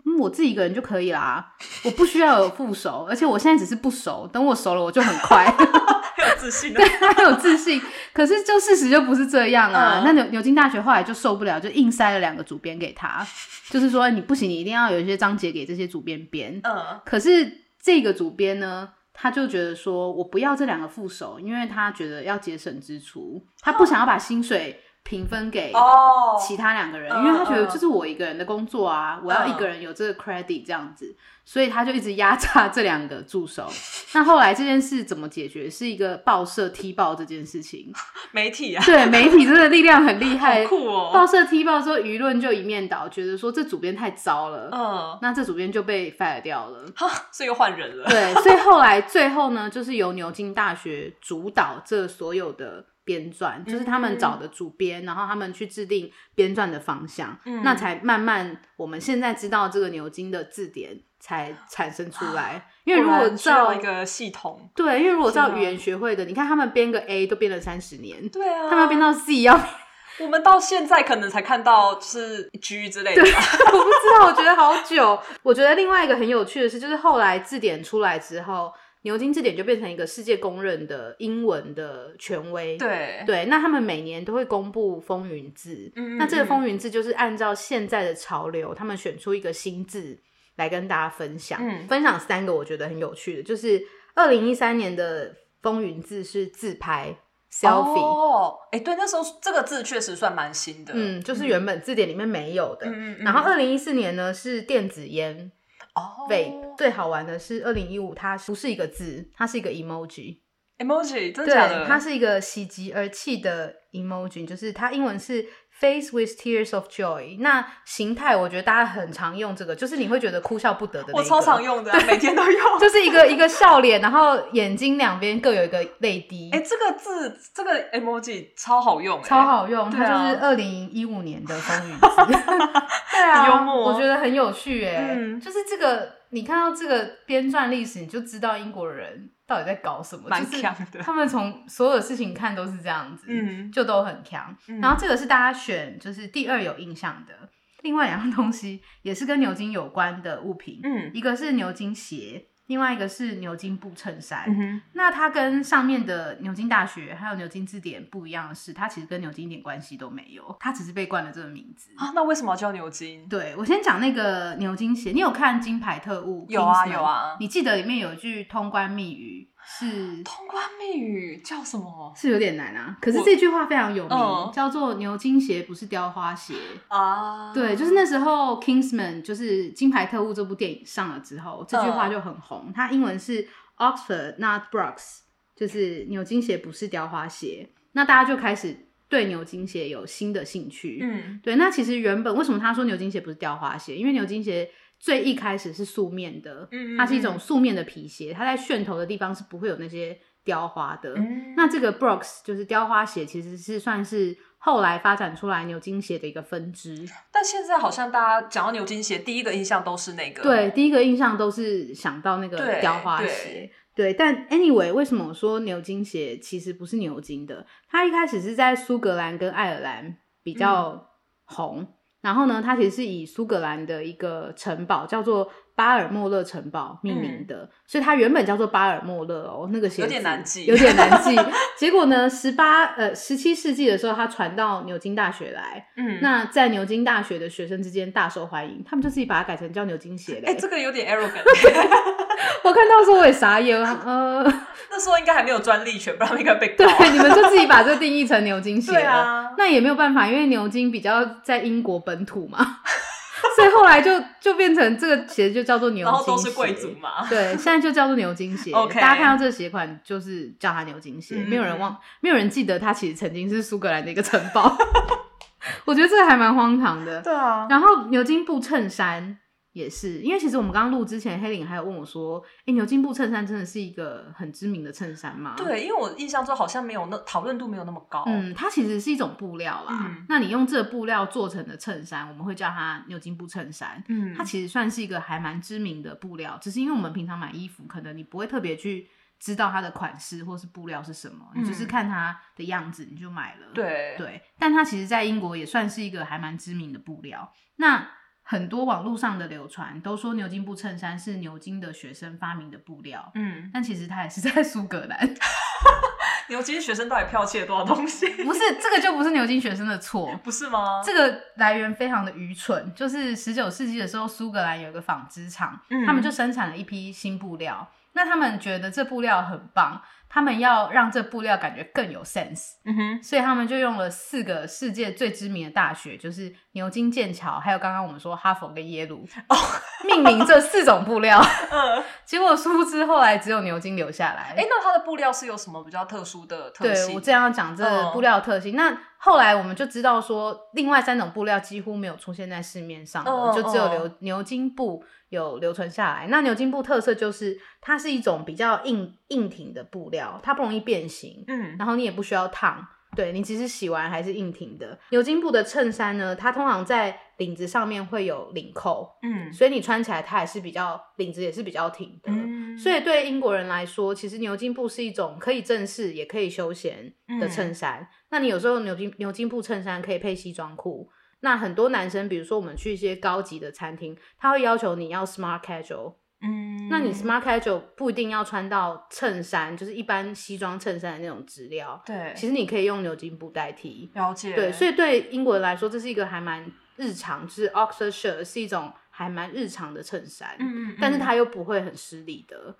Speaker 1: 我自己一个人就可以啦，我不需要有副手，而且我现在只是不熟，等我熟了我就很快。
Speaker 2: 很有自信。
Speaker 1: 对，很有自信。可是就事实就不是这样啊。那牛津大学后来就受不了，就硬塞了2个主编给他，就是说你不行，你一定要有一些章节给这些主编编。可是这个主编呢，他就觉得说我不要这2个副手，因为他觉得要节省支出，他不想要把薪水平分给其他2个人，因为他觉得这是我一个人的工作啊，我要一个人有这个 credit 这样子，所以他就一直压榨这2个助手。那后来这件事怎么解决？是一个报社踢爆这件事情，
Speaker 2: 媒体啊，
Speaker 1: 对，媒体真的力量很厉害，
Speaker 2: 好酷哦！
Speaker 1: 报社踢爆之后，舆论就一面倒，觉得说这主编太糟了，那这主编就被 fire 掉了，
Speaker 2: 所以又换人了。
Speaker 1: 对，所以后来最后呢，就是由牛津大学主导这所有的编撰，就是他们找的主编，然后他们去制定编撰的方向，那才慢慢我们现在知道这个牛津的字典才产生出来。因为如果照
Speaker 2: 一个系统，
Speaker 1: 对，因为如果照语言学会的，你看他们编个 A 都编了30年，
Speaker 2: 对啊，
Speaker 1: 他们要编到 C 要。
Speaker 2: 我们到现在可能才看到就是 G 之类的吧。
Speaker 1: 我不知道，我觉得好久。我觉得另外一个很有趣的是，就是后来字典出来之后，牛津字典就变成一个世界公认的英文的权威。对，那他们每年都会公布风云字，那这个风云字就是按照现在的潮流，他们选出一个新字来跟大家分享。分享3个我觉得很有趣的，就是2013年的风云字是自拍。selfie
Speaker 2: 对，那时候这个字确实算蛮新的，
Speaker 1: 就是原本字典里面没有的。然后2014年呢是电子烟vape， 最好玩的是2015它不是一个字，它是一个 emoji，
Speaker 2: 真的假的？
Speaker 1: 对，它是一个喜极而泣的 emoji， 就是它英文是 face with tears of joy。 那形态我觉得大家很常用这个，就是你会觉得哭笑不得的那个，
Speaker 2: 我超常用的每天都用。
Speaker 1: 就是一个笑脸，然后眼睛两边各有一个泪滴。
Speaker 2: 这个字这个 emoji 超好用，
Speaker 1: 超好用，它就是2015年的风云字。对啊，
Speaker 2: 幽默，
Speaker 1: 我觉得很有趣就是这个你看到这个编撰历史，你就知道英国人到底在搞什么，
Speaker 2: 蛮强的，
Speaker 1: 就是他们从所有事情看都是这样子，就都很强。然后这个是大家选就是第2有印象的。另外2样东西也是跟牛津有关的物品，一个是牛津鞋，另外一个是牛津布衬衫。那它跟上面的牛津大学还有牛津字典不一样的是，它其实跟牛津一点关系都没有，它只是被冠了这个名字
Speaker 2: 那为什么要叫牛津？
Speaker 1: 对，我先讲那个牛津鞋，你有看金牌特务？
Speaker 2: 有啊有啊。
Speaker 1: 你记得里面有一句通关密语是
Speaker 2: 通关密语叫什么？
Speaker 1: 是有点难啊，可是这句话非常有名，叫做牛津鞋不是雕花鞋啊。对，就是那时候 Kingsman 就是金牌特务这部电影上了之后，这句话就很红。它英文是 Oxford not Brooks， 就是牛津鞋不是雕花鞋。那大家就开始对牛津鞋有新的兴趣。对，那其实原本为什么他说牛津鞋不是雕花鞋？因为牛津鞋最一开始是素面的，它是一种素面的皮鞋，它在楦头的地方是不会有那些雕花的。那这个 Brooks 就是雕花鞋，其实是算是后来发展出来牛津鞋的一个分支。
Speaker 2: 但现在好像大家讲到牛津鞋，第一个印象都是那个，
Speaker 1: 对，第一个印象都是想到那个雕花鞋。对，但 anyway 为什么我说牛津鞋其实不是牛津的？它一开始是在苏格兰跟爱尔兰比较红，然后呢它其实是以苏格兰的一个城堡叫做巴尔莫勒城堡命名的，所以它原本叫做巴尔莫勒那个鞋子
Speaker 2: 有点难记，
Speaker 1: 结果呢17世纪的时候它传到牛津大学来，那在牛津大学的学生之间大受欢迎，他们就自己把它改成叫牛津鞋了。
Speaker 2: 这个有点 arrogant。
Speaker 1: 我看到的时候我也傻眼，
Speaker 2: 那时候应该还没有专利权，不然应该被告。
Speaker 1: 对，你们就自己把这定义成牛津鞋了。
Speaker 2: 对啊，
Speaker 1: 那也没有办法，因为牛津比较在英国本土嘛。所以后来就变成这个鞋就叫做牛津鞋，
Speaker 2: 然后都是贵族嘛。
Speaker 1: 对，现在就叫做牛津鞋。
Speaker 2: OK，
Speaker 1: 大家看到这个鞋款就是叫它牛津鞋，没有人记得它其实曾经是苏格兰的一个城堡。我觉得这个还蛮荒唐的。
Speaker 2: 对啊。
Speaker 1: 然后牛津布衬衫也是，因为其实我们刚刚录之前，黑领还有问我说，牛津布衬衫真的是一个很知名的衬衫吗？
Speaker 2: 对，因为我印象中好像没有讨论度没有那么高。
Speaker 1: 它其实是一种布料啦。那你用这个布料做成的衬衫，我们会叫它牛津布衬衫。它其实算是一个还蛮知名的布料，只是因为我们平常买衣服，可能你不会特别去知道它的款式或是布料是什么，你就是看它的样子你就买了。
Speaker 2: 对，
Speaker 1: 但它其实在英国也算是一个还蛮知名的布料。那很多网络上的流传都说牛津布衬衫是牛津的学生发明的布料，但其实它也是在苏格兰。
Speaker 2: 牛津学生到底剽窃了多少东西？
Speaker 1: 不是，这个就不是牛津学生的错，
Speaker 2: 不是吗？
Speaker 1: 这个来源非常的愚蠢，就是19世纪的时候，苏格兰有一个纺织厂，他们就生产了一批新布料，那他们觉得这布料很棒，他们要让这布料感觉更有 sense，所以他们就用了4个世界最知名的大学，就是牛津、剑桥，还有刚刚我们说哈佛跟耶鲁，命名这4种布料。结果殊不知后来只有牛津留下来。
Speaker 2: 那它的布料是有什么比较特殊的特性？
Speaker 1: 对，我这样要讲这个布料的特性。那后来我们就知道说，另外3种布料几乎没有出现在市面上了，就只有牛津布有留存下来。那牛津布特色就是它是一种比较硬挺的布料，它不容易变形，然后你也不需要烫，对，你即使洗完还是硬挺的。牛津布的衬衫呢，它通常在领子上面会有领扣，所以你穿起来它也是比较领子也是比较挺的，所以对英国人来说，其实牛津布是一种可以正式也可以休闲的衬衫。那你有时候牛津布衬衫可以配西装裤。那很多男生，比如说我们去一些高级的餐厅，他会要求你要 smart casual。那你 smart casual 不一定要穿到衬衫，就是一般西装衬衫的那种质料。
Speaker 2: 对，
Speaker 1: 其实你可以用牛津布代替。
Speaker 2: 了解。对，
Speaker 1: 所以对英国人来说，这是一个还蛮日常，就是 Oxford shirt 是一种还蛮日常的衬衫，但是它又不会很失礼的。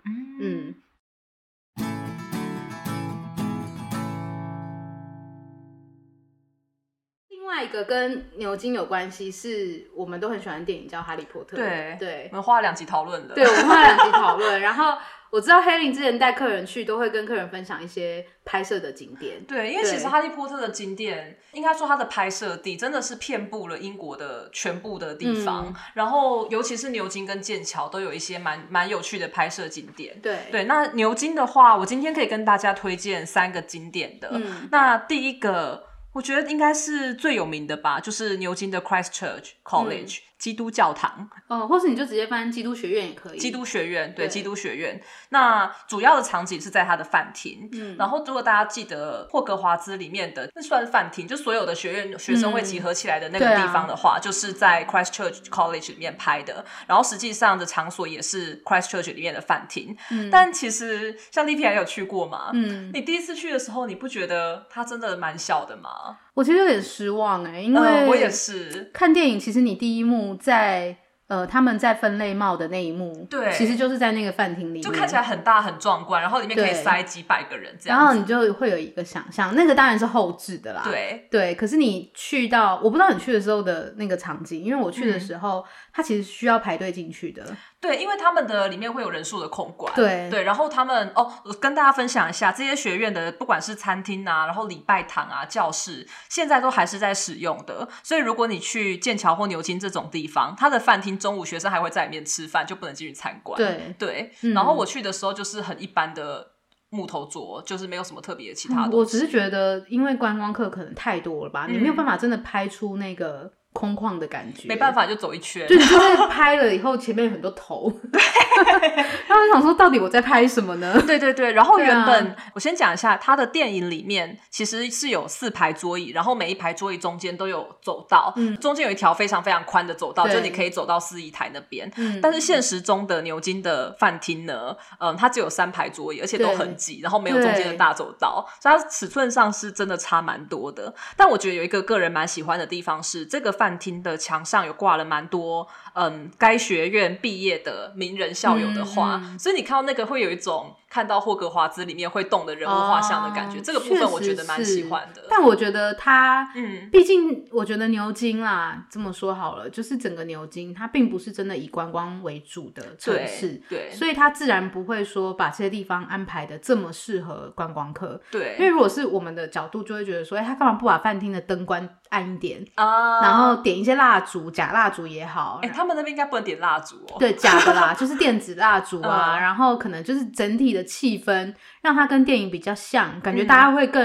Speaker 1: 另外一个跟牛津有关系，是我们都很喜欢的电影叫《哈利波特》。对，
Speaker 2: 我们花了2集讨论的。
Speaker 1: 对，我们花了2集讨论。然后我知道黑林之前带客人去，都会跟客人分享一些拍摄的景点。
Speaker 2: 对，因为其实哈利波特的景点，应该说它的拍摄地真的是遍布了英国的全部的地方。然后尤其是牛津跟剑桥都有一些蛮有趣的拍摄景点。对，那牛津的话，我今天可以跟大家推荐3个景点的。那第一个我觉得应该是最有名的吧，就是牛津的 Christ Church College，基督教堂。
Speaker 1: 或是你就直接翻基督学院也可以。
Speaker 2: 基督学院，对，基督学院。那主要的场景是在它的饭厅。然后如果大家记得霍格华兹里面的，那算是饭厅，就所有的学院学生会集合起来的那个地方的话，就是在 Christ Church College 里面拍的。然后实际上的场所也是 Christ Church 里面的饭厅。但其实像 Lipi 还有去过嘛？你第一次去的时候，你不觉得它真的蛮小的吗？
Speaker 1: 我其实有点失望因为
Speaker 2: 我也是
Speaker 1: 看电影，其实你第一幕在他们在分类帽的那一幕，
Speaker 2: 对，
Speaker 1: 其实就是在那个饭厅里面，
Speaker 2: 就看起来很大很壮观，然后里面可以塞几百个人这样子，
Speaker 1: 然后你就会有一个想象，那个当然是后置的啦，对。可是你去到，我不知道你去的时候的那个场景，因为我去的时候，它其实需要排队进去的。
Speaker 2: 对，因为他们的里面会有人数的控管，
Speaker 1: 对，
Speaker 2: 然后他们我跟大家分享一下，这些学院的不管是餐厅啊，然后礼拜堂啊、教室，现在都还是在使用的。所以如果你去剑桥或牛津这种地方，它的饭厅中午学生还会在里面吃饭，就不能进去参观。对，然后我去的时候就是很一般的木头桌，就是没有什么特别的其他东西。
Speaker 1: 我只是觉得，因为观光客可能太多了吧，你没有办法真的拍出那个空旷的感觉，
Speaker 2: 没办法就走一圈，
Speaker 1: 对，就是拍了以后前面有很多头，然后就想说到底我在拍什么呢？
Speaker 2: 对，然后原本我先讲一下，它的电影里面其实是有4排桌椅，然后每一排桌椅中间都有走道，中间有一条非常非常宽的走道，就你可以走到司仪台那边。但是现实中的牛津的饭厅呢，它只有3排桌椅，而且都很挤，然后没有中间的大走道，所以它尺寸上是真的差蛮多的。但我觉得有一个个人蛮喜欢的地方是，这个饭厅的墙上有挂了蛮多该学院毕业的名人校友的画，所以你看到那个会有一种看到霍格华兹里面会动的人物画像的感觉，这个部分我觉得蛮喜欢的。
Speaker 1: 但我觉得它毕竟我觉得牛津啦，这么说好了，就是整个牛津它并不是真的以观光为主的城市，
Speaker 2: 对，
Speaker 1: 所以它自然不会说把这些地方安排的这么适合观光客。
Speaker 2: 对，
Speaker 1: 因为如果是我们的角度就会觉得说他干嘛不把饭厅的灯关暗一点然后点一些蜡烛，假蜡烛也好。
Speaker 2: 他们那边应该不能点蜡烛
Speaker 1: 对，假的啦，就是电子蜡烛然后可能就是整体的气氛让它跟电影比较像，感觉大家会更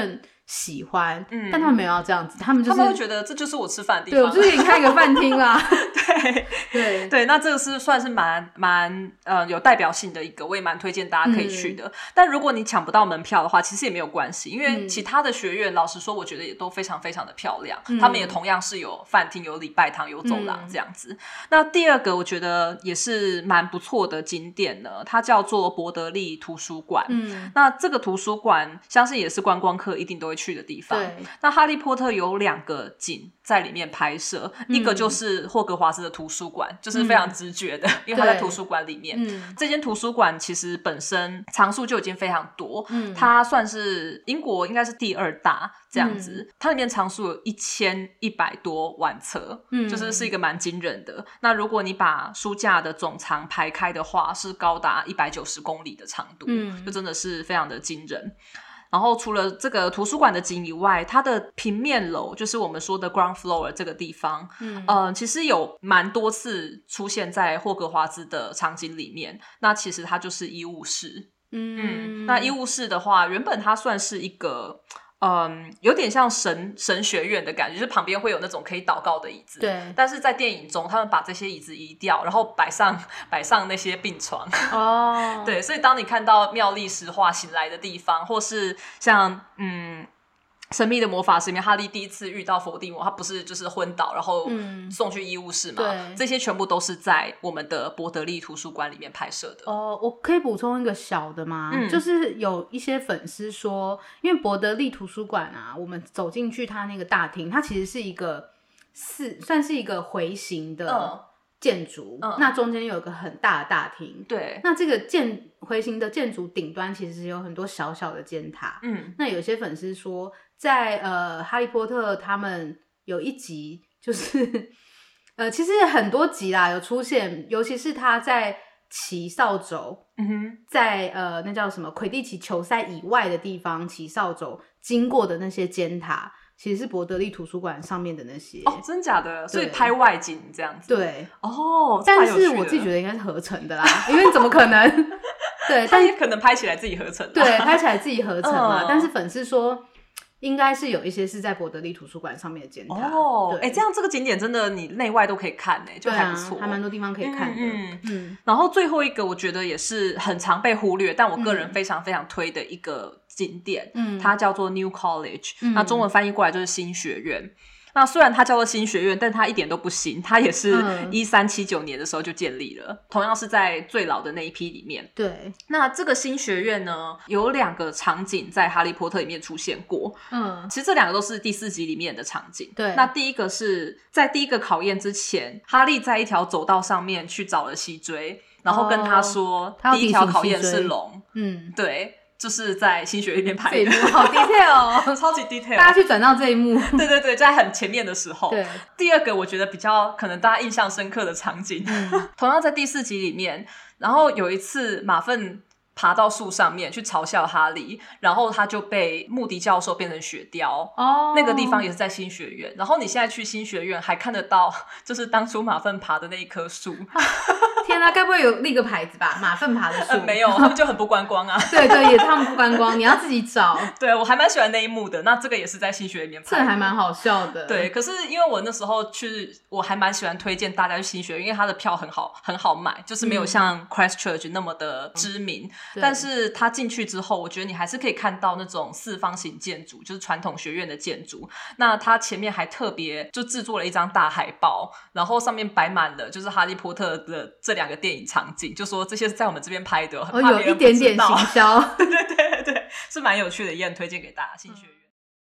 Speaker 1: 喜欢，但他们没有要这样子，他们
Speaker 2: 会觉得这就是我吃饭的地方，
Speaker 1: 对，我就是给你开一个饭厅啦。
Speaker 2: 对，那这个是算是蛮有代表性的一个，我也蛮推荐大家可以去的。但如果你抢不到门票的话，其实也没有关系，因为其他的学院老实说我觉得也都非常非常的漂亮，他们也同样是有饭厅、有礼拜堂、有走廊这样子。那第二个我觉得也是蛮不错的景点呢，它叫做伯德利图书馆。那这个图书馆相信也是观光客一定都会去的地方。那哈利波特有2个景在里面拍摄，一个就是霍格华兹的图书馆，就是非常直觉的，因为它在图书馆里面。这间图书馆其实本身藏书就已经非常多，它算是英国应该是第2大这样子。它里面藏书有1100多万册，就是一个蛮惊人的。那如果你把书架的总长排开的话，是高达190公里的长度，就真的是非常的惊人。然后除了这个图书馆的景以外，它的平面楼就是我们说的 ground floor 这个地方，其实有蛮多次出现在霍格华兹的场景里面。那其实它就是医务室。那医务室的话，原本它算是一个有点像神学院的感觉，就是旁边会有那种可以祷告的椅子。
Speaker 1: 对。
Speaker 2: 但是在电影中，他们把这些椅子移掉，然后摆上那些病床。对，所以当你看到妙丽石化醒来的地方，或是像神秘的魔法师里面哈利第一次遇到伏地魔，他不是就是昏倒然后送去医务室嘛？这些全部都是在我们的伯德利图书馆里面拍摄的。
Speaker 1: 我可以补充一个小的吗？就是有一些粉丝说，因为伯德利图书馆啊，我们走进去它那个大厅，它其实是一个算是一个回形的建筑，那中间有一个很大的大厅。对，那这个回形的建筑顶端其实有很多小小的尖塔。那有些粉丝说，在哈利波特他们有一集就是其实很多集啦有出现，尤其是他在骑扫帚，在那叫什么魁地奇球赛以外的地方骑扫帚经过的那些尖塔，其实是伯德利图书馆上面的那些。
Speaker 2: 真假的？所以拍外景这样子。
Speaker 1: 对。但是我自己觉得应该是合成的啦，因为怎么可能？对，
Speaker 2: 但也可能拍起来自己合成。
Speaker 1: 对，拍起来自己合成嘛。但是粉丝说应该是有一些是在伯德利图书馆上面的尖塔。
Speaker 2: 这样这个景点真的你内外都可以看就还不错。
Speaker 1: 还蛮多地方可以看的。
Speaker 2: 然后最后一个我觉得也是很常被忽略，但我个人非常非常推的一个景点，它叫做 New College，那中文翻译过来就是新学院。那虽然它叫做新学院，但它一点都不新，它也是1379年的时候就建立了，同样是在最老的那一批里面。
Speaker 1: 对，
Speaker 2: 那这个新学院呢，有2个场景在哈利波特里面出现过。其实这2个都是第4集里面的场景。对，那第一个是在第一个考验之前，哈利在一条走道上面去找了西追，然后跟他说第一条考验是龙。对，就是在新学院里面拍的。
Speaker 1: 好 detail
Speaker 2: 超级 detail，
Speaker 1: 大家去转到这一幕。
Speaker 2: 对，在很前面的时候。对，第2个我觉得比较可能大家印象深刻的场景，同样在第4集里面，然后有一次马粪爬到树上面去嘲笑哈利，然后他就被穆迪教授变成雪雕。那个地方也是在新学院，然后你现在去新学院还看得到就是当初马粪爬的那一棵树。
Speaker 1: 天啊，该不会有立个牌子吧？马粪爬的树。
Speaker 2: 没有，他们就很不观光啊。
Speaker 1: 对，也他们不观光，你要自己找。对，
Speaker 2: 我还蛮喜欢那一幕的。那这个也是在新学院里面拍的，
Speaker 1: 这还蛮好笑的。
Speaker 2: 对，可是因为我那时候去，我还蛮喜欢推荐大家去新学院，因为它的票很好买，就是没有像 Christchurch 那么的知名。但是它进去之后，我觉得你还是可以看到那种4方形建筑，就是传统学院的建筑。那它前面还特别就制作了一张大海报，然后上面摆满了就是哈利波特的这2个电影场景，就说这些是在我们这边拍的，很怕别人不知道。有一点点行销。对，是蛮有趣的，也很推荐给大家。新学院。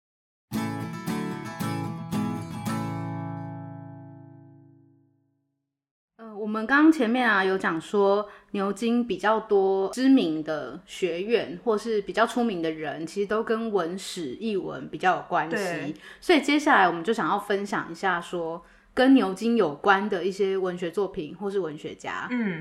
Speaker 1: 我们刚刚前面有讲说牛津比较多知名的学院或是比较出名的人，其实都跟文史艺文比较有关系，所以接下来我们就想要分享一下说跟牛津有关的一些文学作品或是文学家。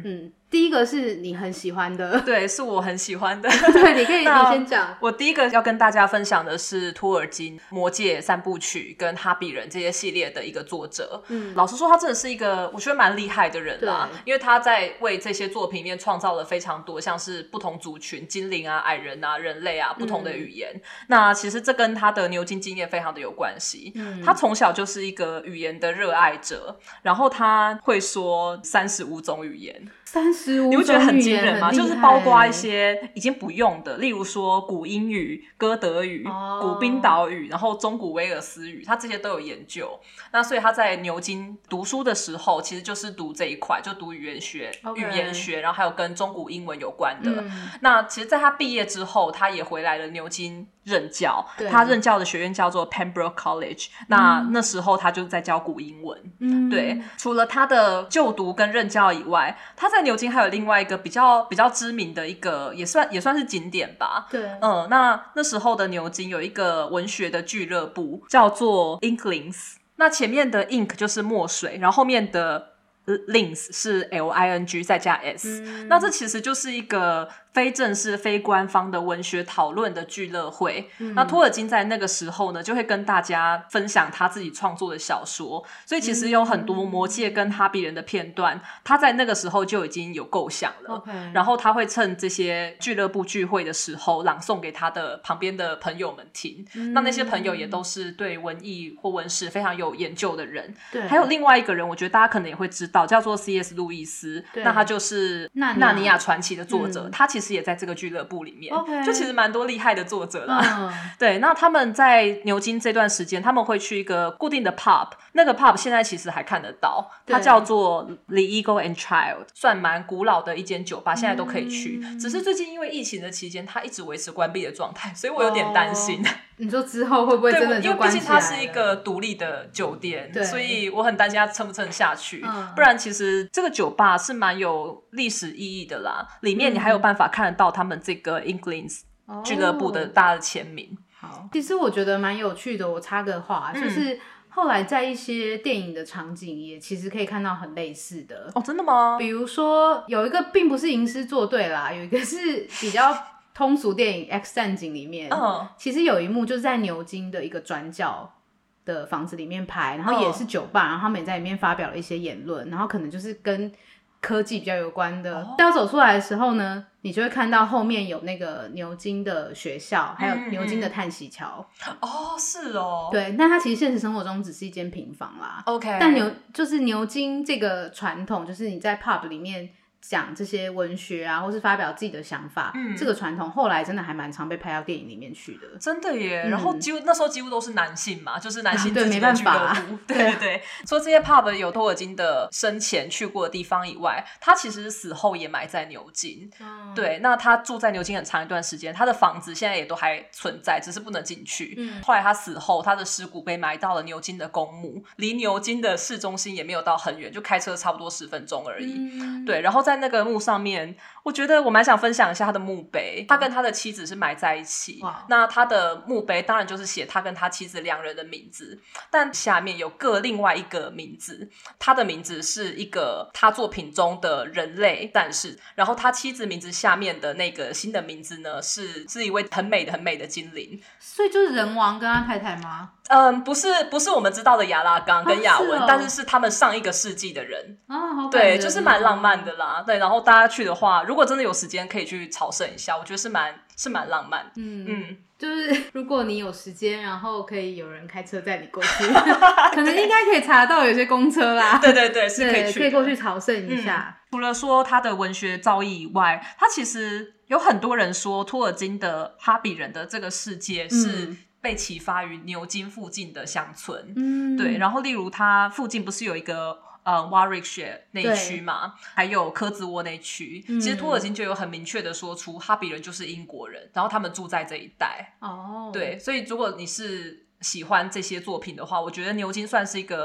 Speaker 1: 第一个是你很喜欢的，
Speaker 2: 对，是我很喜欢的。
Speaker 1: 对，你可以你先讲。
Speaker 2: 我第一个要跟大家分享的是托尔金《魔戒三部曲》跟《哈比人》这些系列的一个作者。老实说，他真的是一个我觉得蛮厉害的人啦，因为他在为这些作品里面创造了非常多像是不同族群，精灵啊、矮人啊、人类啊，不同的语言。那其实这跟他的牛津经验非常的有关系。他从小就是一个语言的热爱者，然后他会说35种语言。
Speaker 1: 35种
Speaker 2: 你会觉得很惊人吗？就是包括一些已经不用的，例如说古英语、哥德语、古冰岛语，然后中古威尔斯语，他这些都有研究。那所以他在牛津读书的时候，其实就是读这一块，就读语言学、语言学，然后还有跟中古英文有关的。那其实在他毕业之后，他也回来了牛津任教，他任教的学院叫做 Pembroke College。那时候他就在教古英文。对，除了他的就读跟任教以外，他在牛津还有另外一个比较知名的一个也算是景点吧。
Speaker 1: 对，
Speaker 2: 那时候的牛津有一个文学的俱乐部叫做 Inklings。那前面的 ink 就是墨水，然后后面的 lings 是 Ling 再加 s。那这其实就是一个非正式非官方的文学讨论的俱乐会。那托尔金在那个时候呢，就会跟大家分享他自己创作的小说，所以其实有很多魔戒跟哈比人的片段，他在那个时候就已经有构想了。然后他会趁这些俱乐部聚会的时候朗诵给他的旁边的朋友们听。那些朋友也都是对文艺或文史非常有研究的人。对，还有另外一个人，我觉得大家可能也会知道，叫做 C.S. 路易斯。那他就是纳尼亚传奇的作者。他其实也在这个俱乐部里面。就其实蛮多厉害的作者啦。对，那他们在牛津这段时间，他们会去一个固定的 pub。那个 pub 现在其实还看得到，它叫做 The Eagle and Child， 算蛮古老的一间酒吧，现在都可以去。只是最近因为疫情的期间，它一直维持关闭的状态，所以我有点担心。
Speaker 1: 你说之后会不会真的就关起来了？
Speaker 2: 因为毕竟它是一个独立的酒店，所以我很担心它撑不撑下去。不然其实这个酒吧是蛮有历史意义的啦，里面你还有办法看得到他们这个 Inklings 俱乐部的大的签名。
Speaker 1: 好，其实我觉得蛮有趣的，我插个话，就是后来在一些电影的场景也其实可以看到很类似的。
Speaker 2: 哦，真的吗？
Speaker 1: 比如说有一个并不是吟诗作对啦，有一个是比较通俗电影 X 战警里面，其实有一幕就是在牛津的一个转角的房子里面拍，然后也是酒吧，然后他们也在里面发表了一些言论，然后可能就是跟科技比较有关的。要走出来的时候呢，你就会看到后面有那个牛津的学校，还有牛津的叹息桥。
Speaker 2: 是哦。
Speaker 1: 对，但它其实现实生活中只是一间平房啦。
Speaker 2: OK。
Speaker 1: 但就是牛津这个传统，就是你在 pub 里面讲这些文学啊，或是发表自己的想法，这个传统后来真的还蛮常被拍到电影里面去的。
Speaker 2: 真的耶。然后那时候几乎都是男性嘛，就是男性自己的俱乐部。对。除了这些 pub 有托尔金的生前去过的地方以外，他其实死后也埋在牛津。对，那他住在牛津很长一段时间，他的房子现在也都还存在，只是不能进去。后来他死后，他的尸骨被埋到了牛津的公墓，离牛津的市中心也没有到很远，就开车差不多10分钟而已。对，然后在那个墓上面，我觉得我蛮想分享一下他的墓碑。他跟他的妻子是埋在一起，那他的墓碑当然就是写他跟他妻子2人的名字，但下面有各另外一个名字。他的名字是一个他作品中的人类战士，然后他妻子名字下面的那个新的名字呢，是一位很美的精灵。
Speaker 1: 所以就是人王跟他太太吗？
Speaker 2: 不是我们知道的亚拉冈跟亚文，但是他们上一个世纪的人。
Speaker 1: 好
Speaker 2: 对，就是蛮浪漫的啦。对，然后大家去的话，如果真的有时间可以去朝圣一下，我觉得是蛮浪漫。
Speaker 1: 就是如果你有时间，然后可以有人开车载你过去，可能应该可以查到有些公车啦。
Speaker 2: 对，是可以去的，
Speaker 1: 可以过去朝圣一下。
Speaker 2: 除了说他的文学造诣以外，他其实有很多人说托尔金的哈比人的这个世界是被启发于牛津附近的乡村。对，然后例如他附近不是有一个Warwickshire 那一区嘛，还有科兹沃那一区。其实托尔金就有很明确的说出哈比人就是英国人，然后他们住在这一带。对，所以如果你是喜欢这些作品的话，我觉得牛津算是一个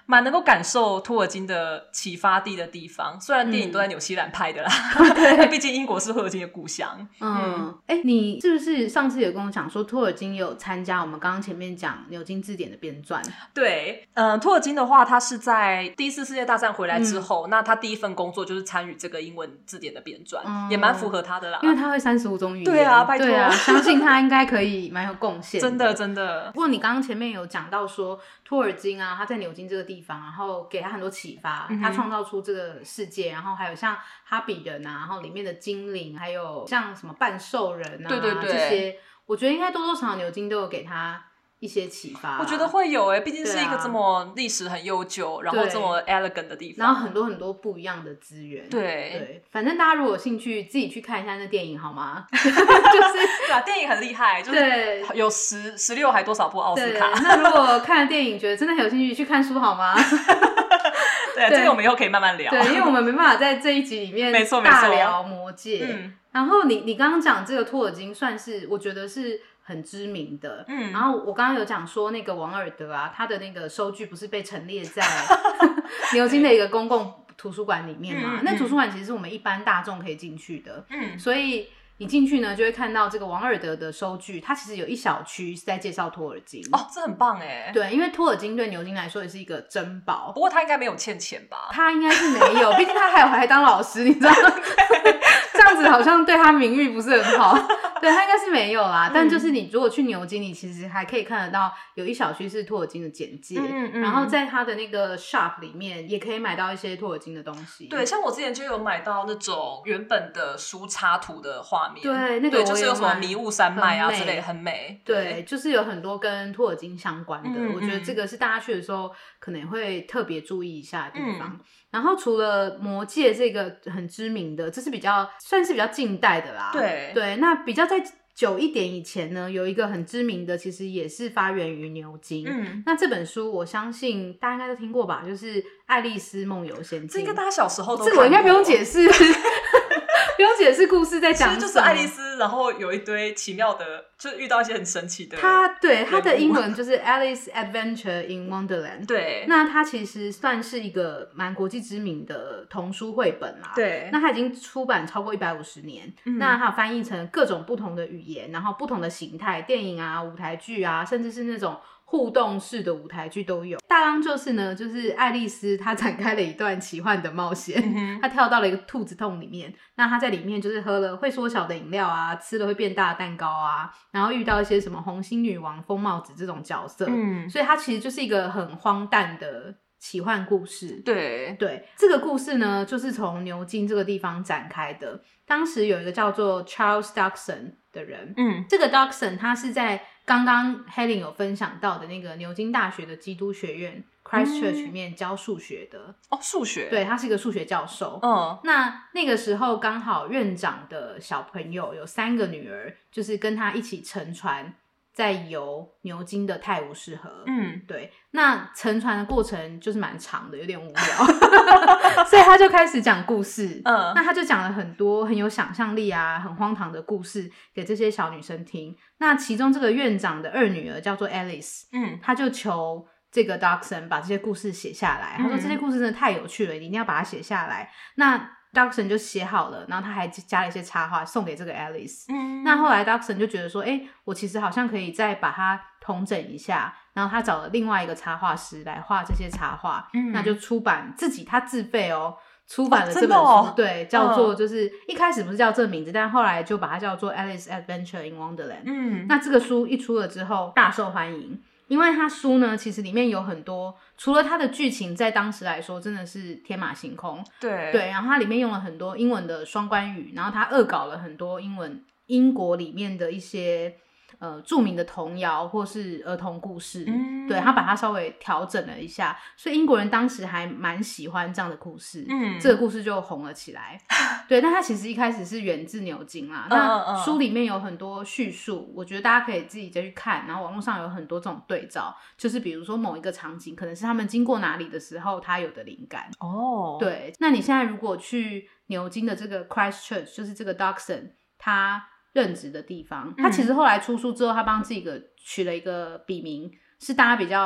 Speaker 2: 蛮能够感受托尔金的启发地的地方，虽然电影都在纽西兰拍的啦，毕竟英国是托尔金的故乡。
Speaker 1: 你是不是上次有跟我讲说托尔金有参加我们刚刚前面讲牛津字典的编撰？
Speaker 2: 对，托尔金的话，他是在第一次世界大战回来之后，那他第一份工作就是参与这个英文字典的编撰，也蛮符合他的啦，
Speaker 1: 因为他会35种语言。
Speaker 2: 对啊，拜托，
Speaker 1: 对啊，相信他应该可以蛮有贡献的。
Speaker 2: 真的真的。
Speaker 1: 不过你刚刚前面有讲到说托尔金啊，他在牛津这个地方，然后给他很多启发，他创造出这个世界，然后还有像哈比人啊，然后里面的精灵，还有像什么半兽人啊，
Speaker 2: 对对对，
Speaker 1: 这些我觉得应该多多少少牛津都有给他一些启发。
Speaker 2: 我觉得会有毕竟是一个这么历史很悠久，然后这么 elegant 的地方，
Speaker 1: 然后很多很多不一样的资源。对，反正大家如果有兴趣，自己去看一下那电影好吗？就是
Speaker 2: 对啊，电影很厉害，就是有16还多少部奥斯卡。
Speaker 1: 那如果看了电影觉得真的很有兴趣，去看书好吗？
Speaker 2: 对，这个我们以后可以慢慢聊。
Speaker 1: 对，因为我们没办法在这一集里面大聊魔戒。然后你刚刚讲这个托尔金算是我觉得是很知名的，然后我刚刚有讲说那个王尔德啊，他的那个收据不是被陈列在牛津的一个公共图书馆里面嘛？那图书馆其实是我们一般大众可以进去的，所以你进去呢就会看到这个王尔德的收据，它其实有一小区是在介绍托尔金。
Speaker 2: 这很棒耶。
Speaker 1: 对，因为托尔金对牛津来说也是一个珍宝。
Speaker 2: 不过他应该没有欠钱吧？
Speaker 1: 他应该是没有，毕竟他还当老师，你知道吗？这样子好像对他名誉不是很好。对，他应该是没有啦，但就是你如果去牛津，你其实还可以看得到有一小区是托尔金的简介，然后在他的那个 shop 里面也可以买到一些托尔金的东西。
Speaker 2: 对，像我之前就有买到那种原本的书插图的画面，
Speaker 1: 对，那个
Speaker 2: 就是有什么迷雾山脉啊之类的，很美。
Speaker 1: 对，就是有很多跟托尔金相关的，我觉得这个是大家去的时候可能会特别注意一下的地方。然后除了魔戒这个很知名的，这是算是比较近代的啦。对，那比较在久一点以前呢，有一个很知名的，其实也是发源于牛津。那这本书我相信大家应该都听过吧，就是《爱丽丝梦游仙境》。
Speaker 2: 这应该大家小时候都看过，
Speaker 1: 这我应该不用解释。不用解释故事在讲什么，
Speaker 2: 就是爱丽丝，然后有一堆奇妙的，就遇到一些很神奇的。
Speaker 1: 它的英文就是 Alice Adventure in Wonderland。对，那它其实算是一个蛮国际知名的童书绘本啦。对，那它已经出版超过150年，那它有翻译成各种不同的语言，然后不同的形态，电影啊、舞台剧啊，甚至是那种互动式的舞台剧都有。大纲就是呢，就是爱丽丝她展开了一段奇幻的冒险，她跳到了一个兔子洞里面，那她在里面就是喝了会缩小的饮料啊，吃了会变大的蛋糕啊，然后遇到一些什么红心女王、疯帽子这种角色，所以它其实就是一个很荒诞的奇幻故事。对，这个故事呢就是从牛津这个地方展开的。当时有一个叫做 Charles Dodgson 的人，这个 Dodgson 他是在刚刚 Helen 有分享到的那个牛津大学的基督学院 Christchurch 里面教数学的。
Speaker 2: 数学？对，
Speaker 1: 他是一个数学教授。那个时候刚好院长的小朋友有3个女儿，就是跟他一起乘船在游牛津的泰晤士河。对，那乘船的过程就是蛮长的，有点无聊。所以他就开始讲故事。那他就讲了很多很有想象力啊、很荒唐的故事给这些小女生听。那其中这个院长的2女儿叫做 Alice，他就求这个 Dodgson 把这些故事写下来。他说这些故事真的太有趣了，你一定要把它写下来。那Dodgson 就写好了，然后他还加了一些插画送给这个 Alice。那后来 Dodgson 就觉得说，我其实好像可以再把它统整一下，然后他找了另外一个插画师来画这些插画，那就出版他自费出版了这本书。对，叫做就是一开始不是叫这个名字，但后来就把它叫做 Alice Adventure in Wonderland。那这个书一出了之后大受欢迎，因为它书呢其实里面有很多，除了它的剧情在当时来说真的是天马行空，对，然后它里面用了很多英文的双关语，然后它恶搞了很多英国里面的一些著名的童谣或是儿童故事。对，他把它稍微调整了一下，所以英国人当时还蛮喜欢这样的故事。这个故事就红了起来。对，但它其实一开始是源自牛津啦。那书里面有很多叙述，我觉得大家可以自己再去看，然后网络上有很多这种对照，就是比如说某一个场景可能是他们经过哪里的时候他有的灵感。对，那你现在如果去牛津的这个 Christchurch， 就是这个 Dodgson 他任职的地方，他其实后来出书之后他帮自己取了一个笔名，是大家比较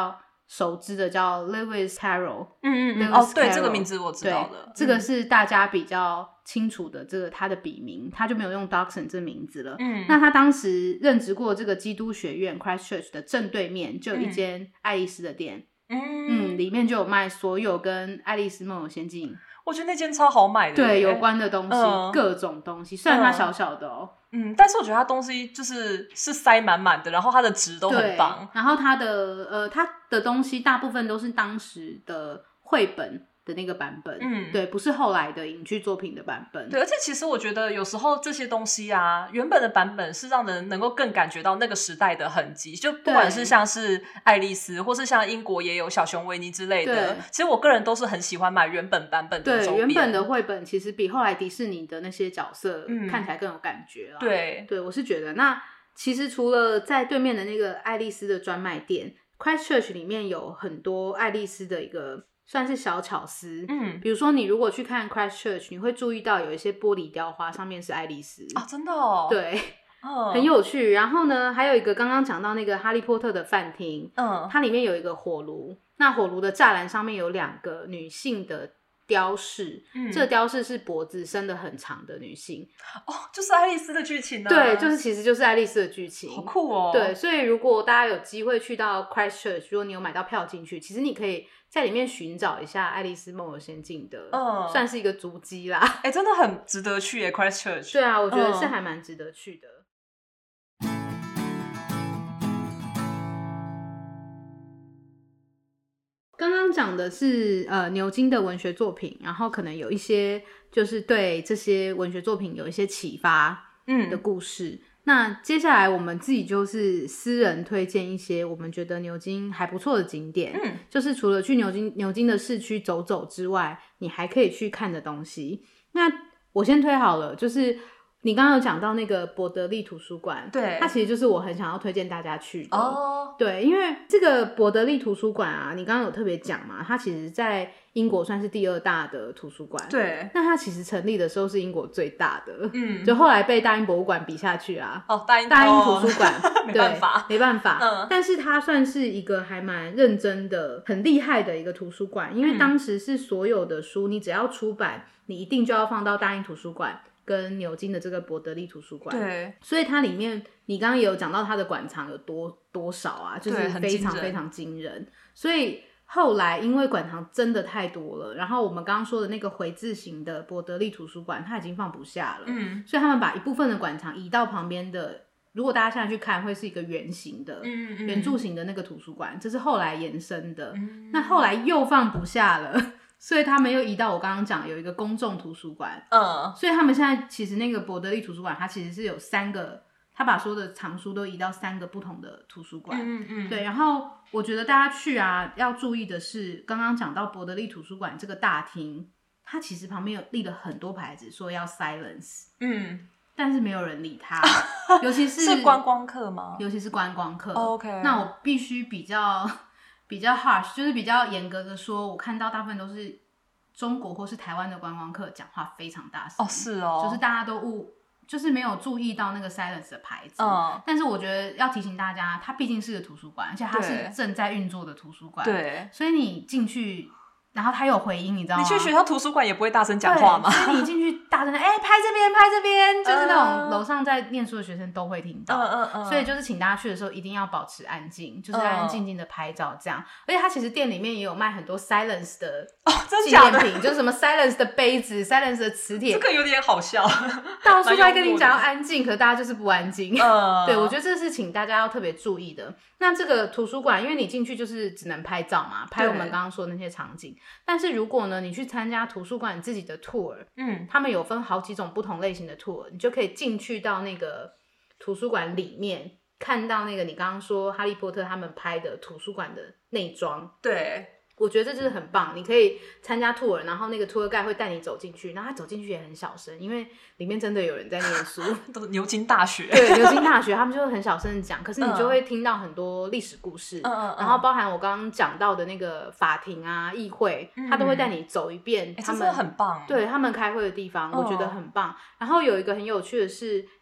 Speaker 1: 熟知的叫 Lewis Carroll。
Speaker 2: 对，这个名字我知道的。
Speaker 1: 这个是大家比较清楚的，这个他的笔名，他就没有用 Dodgson 这名字了。那他当时任职过这个基督学院 Christchurch 的正对面就有一间爱丽丝的店，里面就有卖所有跟爱丽丝梦游仙境，
Speaker 2: 我觉得那间超好买的，
Speaker 1: 对，有关的东西，各种东西，虽然它小小的哦。
Speaker 2: 但是我觉得它东西就是塞满满的，然后它的值都很棒。
Speaker 1: 然后它的东西大部分都是当时的绘本的那个版本，对，不是后来的影剧作品的版本。
Speaker 2: 对，而且其实我觉得有时候这些东西啊，原本的版本是让人能够更感觉到那个时代的痕迹，就不管是像是爱丽丝，或是像英国也有小熊维尼之类的。其实我个人都是很喜欢买原本版本的周边。
Speaker 1: 对，原本的绘本其实比后来迪士尼的那些角色看起来更有感觉了。对，我是觉得，那其实除了在对面的那个爱丽丝的专卖店 ，Christchurch 里面有很多爱丽丝的一个算是小巧思，比如说你如果去看 Christchurch， 你会注意到有一些玻璃雕花上面是爱丽丝
Speaker 2: 啊，真的哦，
Speaker 1: 对，很有趣。然后呢，还有一个刚刚讲到那个哈利波特的饭厅，它里面有一个火炉，那火炉的栅栏上面有2个女性的雕饰，这个雕饰是脖子伸得很长的女性，
Speaker 2: 就是爱丽丝的剧情啊。
Speaker 1: 对，其实就是爱丽丝的剧情，
Speaker 2: 好酷哦。
Speaker 1: 对，所以如果大家有机会去到 Christchurch， 如果你有买到票进去，其实你可以在里面寻找一下爱丽丝梦游仙境的，算是一个足迹啦。
Speaker 2: 真的很值得去耶 Christchurch。
Speaker 1: 对啊，我觉得是还蛮值得去的。刚刚讲的是牛津的文学作品，然后可能有一些就是对这些文学作品有一些启发的故事。那接下来我们自己就是私人推荐一些我们觉得牛津还不错的景点，就是除了去牛津的市区走走之外，你还可以去看的东西。那我先推好了，就是你刚刚有讲到那个伯德利图书馆，
Speaker 2: 对，
Speaker 1: 它其实就是我很想要推荐大家去的。对，因为这个伯德利图书馆啊，你刚刚有特别讲嘛，它其实在英国算是第2大的图书馆。
Speaker 2: 对，
Speaker 1: 那它其实成立的时候是英国最大的，就后来被大英博物馆比下去啊。大英图书馆
Speaker 2: 没办法，
Speaker 1: 没办法。但是它算是一个还蛮认真的、很厉害的一个图书馆，因为当时是所有的书，你只要出版，你一定就要放到大英图书馆跟牛津的这个伯德利图书馆。
Speaker 2: 对，
Speaker 1: 所以它里面你刚刚也有讲到它的馆藏有多少啊，就是非常非常惊人。所以后来因为馆藏真的太多了，然后我们刚刚说的那个回字形的伯德利图书馆它已经放不下了，所以他们把一部分的馆藏移到旁边的，如果大家现在去看会是一个圆形的圆柱形的那个图书馆，这是后来延伸的。那后来又放不下了，所以他们又移到我刚刚讲有一个公众图书馆，所以他们现在其实那个伯德利图书馆它其实是有3个，他把所有的藏书都移到3个不同的图书馆。对，然后我觉得大家去啊要注意的是，刚刚讲到伯德利图书馆这个大厅，它其实旁边有立了很多牌子说要 silence，但是没有人理他，尤其是
Speaker 2: 观光客吗？
Speaker 1: 尤其是观光客。
Speaker 2: OK，
Speaker 1: 那我必须比较 harsh， 就是比较严格的说，我看到大部分都是中国或是台湾的观光客讲话非常大声。
Speaker 2: 是哦，
Speaker 1: 就是大家都就是没有注意到那个 silence 的牌子。但是我觉得要提醒大家，它毕竟是个图书馆，而且它是正在运作的图书馆。
Speaker 2: 对，
Speaker 1: 所以你进去。然后他有回音，你知道吗？
Speaker 2: 你去学校图书馆也不会大声讲话吗？
Speaker 1: 所以你进去大声的，拍这边，拍这边，就是那种楼上在念书的学生都会听到。所以就是请大家去的时候一定要保持安静，就是安安静静的拍照这样。而且他其实店里面也有卖很多 silence 的纪念品，就是什么 silence 的杯子、silence 的磁铁，
Speaker 2: 这个有点好笑。
Speaker 1: 到处在跟你讲要安静，可是大家就是不安静。对，我觉得这是请大家要特别注意的。那这个图书馆，因为你进去就是只能拍照嘛，拍我们刚刚说的那些场景。但是如果呢，你去参加图书馆自己的 tour，他们有分好几种不同类型的 tour， 你就可以进去到那个图书馆里面，看到那个你刚刚说哈利波特他们拍的图书馆的内装。
Speaker 2: 对，
Speaker 1: 我觉得这就是很棒，你可以参加 tour， 然后那个 tour guide 会带你走进去，然后他走进去也很小声，因为里面真的有人在念书。
Speaker 2: 都是牛津大学。
Speaker 1: 对，牛津大学他们就会很小声的讲，可是你就会听到很多历史故事，然后包含我刚刚讲到的那个法庭啊、议会，他都会带你走一遍。他们
Speaker 2: 真的很棒。
Speaker 1: 对，他们开会的地方，我觉得很棒。然后有一个很有趣的是，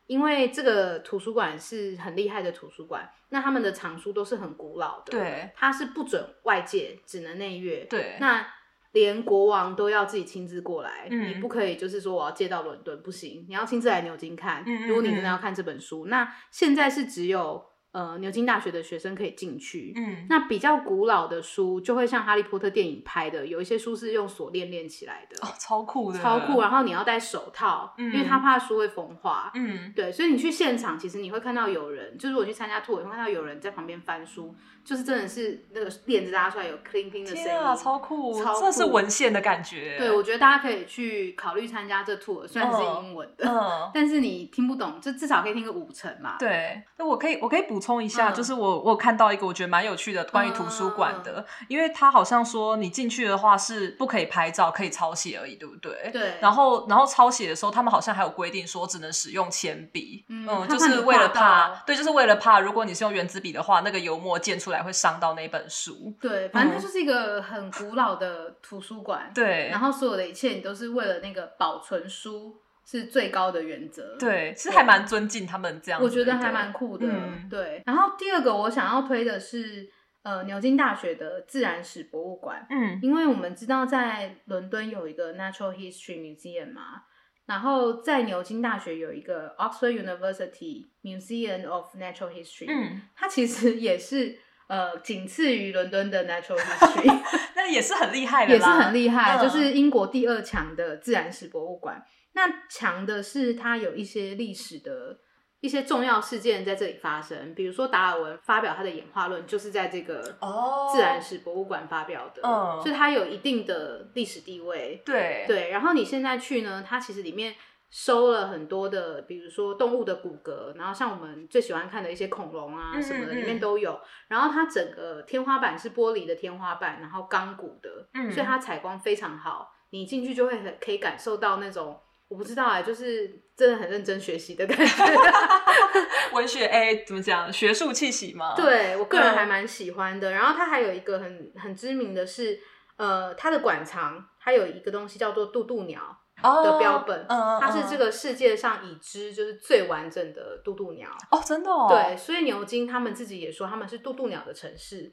Speaker 1: 因为这个图书馆是很厉害的图书馆，那他们的藏书都是很古老的，
Speaker 2: 对，
Speaker 1: 它是不准外界，只能内阅，
Speaker 2: 对，
Speaker 1: 那连国王都要自己亲自过来，你不可以就是说我要借到伦敦，不行，你要亲自来牛津看，如果你真的要看这本书，那现在是只有牛津大学的学生可以进去，那比较古老的书就会像哈利波特电影拍的，有一些书是用锁链链起来的，
Speaker 2: 超酷的，
Speaker 1: 超酷，然后你要戴手套，因为他怕书会风化，对，所以你去现场其实你会看到有人，就是我去参加 tour 你会看到有人在旁边翻书，就是真的是那个链子拉出来有 clinking 的声音，
Speaker 2: 天啊，超酷，这是文献的感觉。
Speaker 1: 对，我觉得大家可以去考虑参加这 tour， 虽然是英文的，但是你听不懂就至少可以听个5成嘛。
Speaker 2: 对，那我可以补充一下，就是我有看到一个我觉得蛮有趣的关于图书馆的，因为他好像说你进去的话是不可以拍照，可以抄写而已，对不对？
Speaker 1: 对。
Speaker 2: 然后抄写的时候，他们好像还有规定说只能使用铅笔，就是为了怕，对，就是为了怕如果你是用原子笔的话，那个油墨溅出来会伤到那本书。
Speaker 1: 对，反正它就是一个很古老的图书馆。
Speaker 2: 对。
Speaker 1: 然后所有的一切你都是为了那个保存书是最高的原则。
Speaker 2: 对，是还蛮尊敬他们这样子。
Speaker 1: 我觉得还蛮酷的。对。然后第二个我想要推的是牛津大学的自然史博物馆。因为我们知道在伦敦有一个 Natural History Museum 嘛，然后在牛津大学有一个 Oxford University Museum of Natural History。它其实也是仅次于伦敦的 Natural History
Speaker 2: 那也是很厉害的啦，
Speaker 1: 也是很厉害，就是英国第2强的自然史博物馆。那强的是它有一些历史的一些重要事件在这里发生，比如说达尔文发表他的演化论就是在这个自然史博物馆发表的，所以它有一定的历史地位。对，然后你现在去呢，它其实里面收了很多的比如说动物的骨骼，然后像我们最喜欢看的一些恐龙啊什么的里面都有，然后它整个天花板是玻璃的天花板，然后钢骨的，所以它采光非常好，你进去就会可以感受到那种我不知道就是真的很认真学习的感觉
Speaker 2: 文学怎么讲，学术气息吗？
Speaker 1: 对，我个人还蛮喜欢的。然后它还有一个很知名的是它的馆藏它有一个东西叫做渡渡鸟的标本，它是这个世界上已知就是最完整的渡渡鸟。
Speaker 2: 真的哦。
Speaker 1: 对，所以牛津他们自己也说他们是渡渡鸟的城市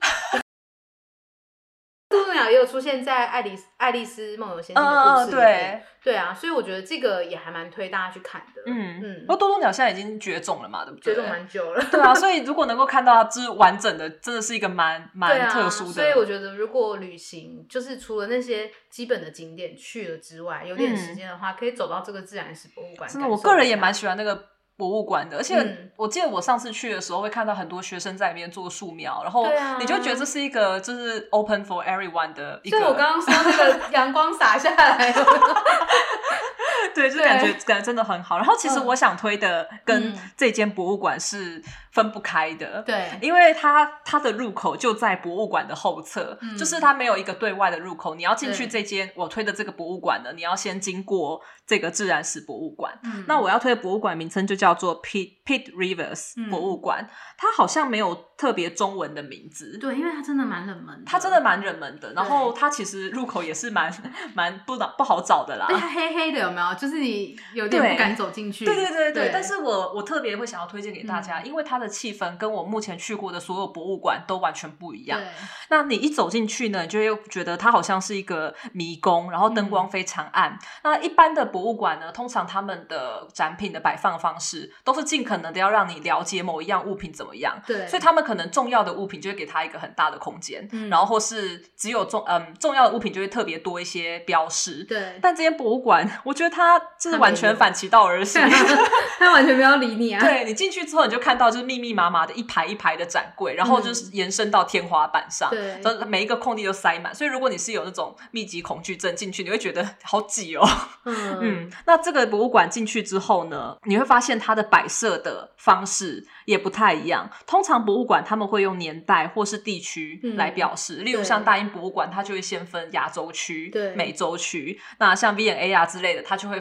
Speaker 1: 渡渡鸟也有出现在爱丽丝梦游仙境的故事里面。对啊，所以我觉得这个也还蛮推大家去看的。
Speaker 2: 不过渡渡鸟现在已经绝种了嘛，对不对？
Speaker 1: 绝种蛮久了。
Speaker 2: 对啊，所以如果能够看到它就是完整的，真的是一个蛮特殊的。
Speaker 1: 所以我觉得如果旅行就是除了那些基本的景点去了之外，有点时间的话，可以走到这个自然史博物馆。
Speaker 2: 真的，我个人也蛮喜欢那个博物馆的，而且我记得我上次去的时候会看到很多学生在里面做素描，然后你就觉得这是一个就是 open for everyone 的一个。
Speaker 1: 所以我刚刚说那个阳光洒下来
Speaker 2: 对，就感觉真的很好。然后其实我想推的跟这间博物馆是分不开的，
Speaker 1: 对，
Speaker 2: 因为它的入口就在博物馆的后侧，就是它没有一个对外的入口，你要进去这间我推的这个博物馆呢，你要先经过这个自然史博物馆。那我要推的博物馆名称就叫做 Pitt Rivers 博物馆，它好像没有特别中文的名字。
Speaker 1: 对，因为它真的蛮冷门的。
Speaker 2: 它真的蛮冷门的，然后它其实入口也是蛮不好找的啦。
Speaker 1: 对，它黑黑的，有没有？就是你有点不敢走进去。
Speaker 2: 对。但是我特别会想要推荐给大家，因为它的气氛跟我目前去过的所有博物馆都完全不一样。那你一走进去呢，你就会觉得它好像是一个迷宫，然后灯光非常暗。那一般的博物馆呢，通常他们的展品的摆放方式都是尽可能的要让你了解某一样物品怎么样。
Speaker 1: 对，
Speaker 2: 所以他们可能重要的物品就会给它一个很大的空间，然后或是只有重要的物品就会特别多一些标识。
Speaker 1: 对，
Speaker 2: 但这间博物馆我觉得它就是完全反其道而行
Speaker 1: 它完全没有理你啊。
Speaker 2: 对，你进去之后你就看到就是密密麻麻的一排一排的展柜，然后就是延伸到天花板上，
Speaker 1: 对，
Speaker 2: 每一个空地都塞满，所以如果你是有那种密集恐惧症进去，你会觉得好挤哦。那这个博物馆进去之后呢，你会发现它的摆设的方式也不太一样。通常博物馆他们会用年代或是地区来表示，例如像大英博物馆它就会先分亚洲区、美洲区，那像 V&A 啊之类的它就会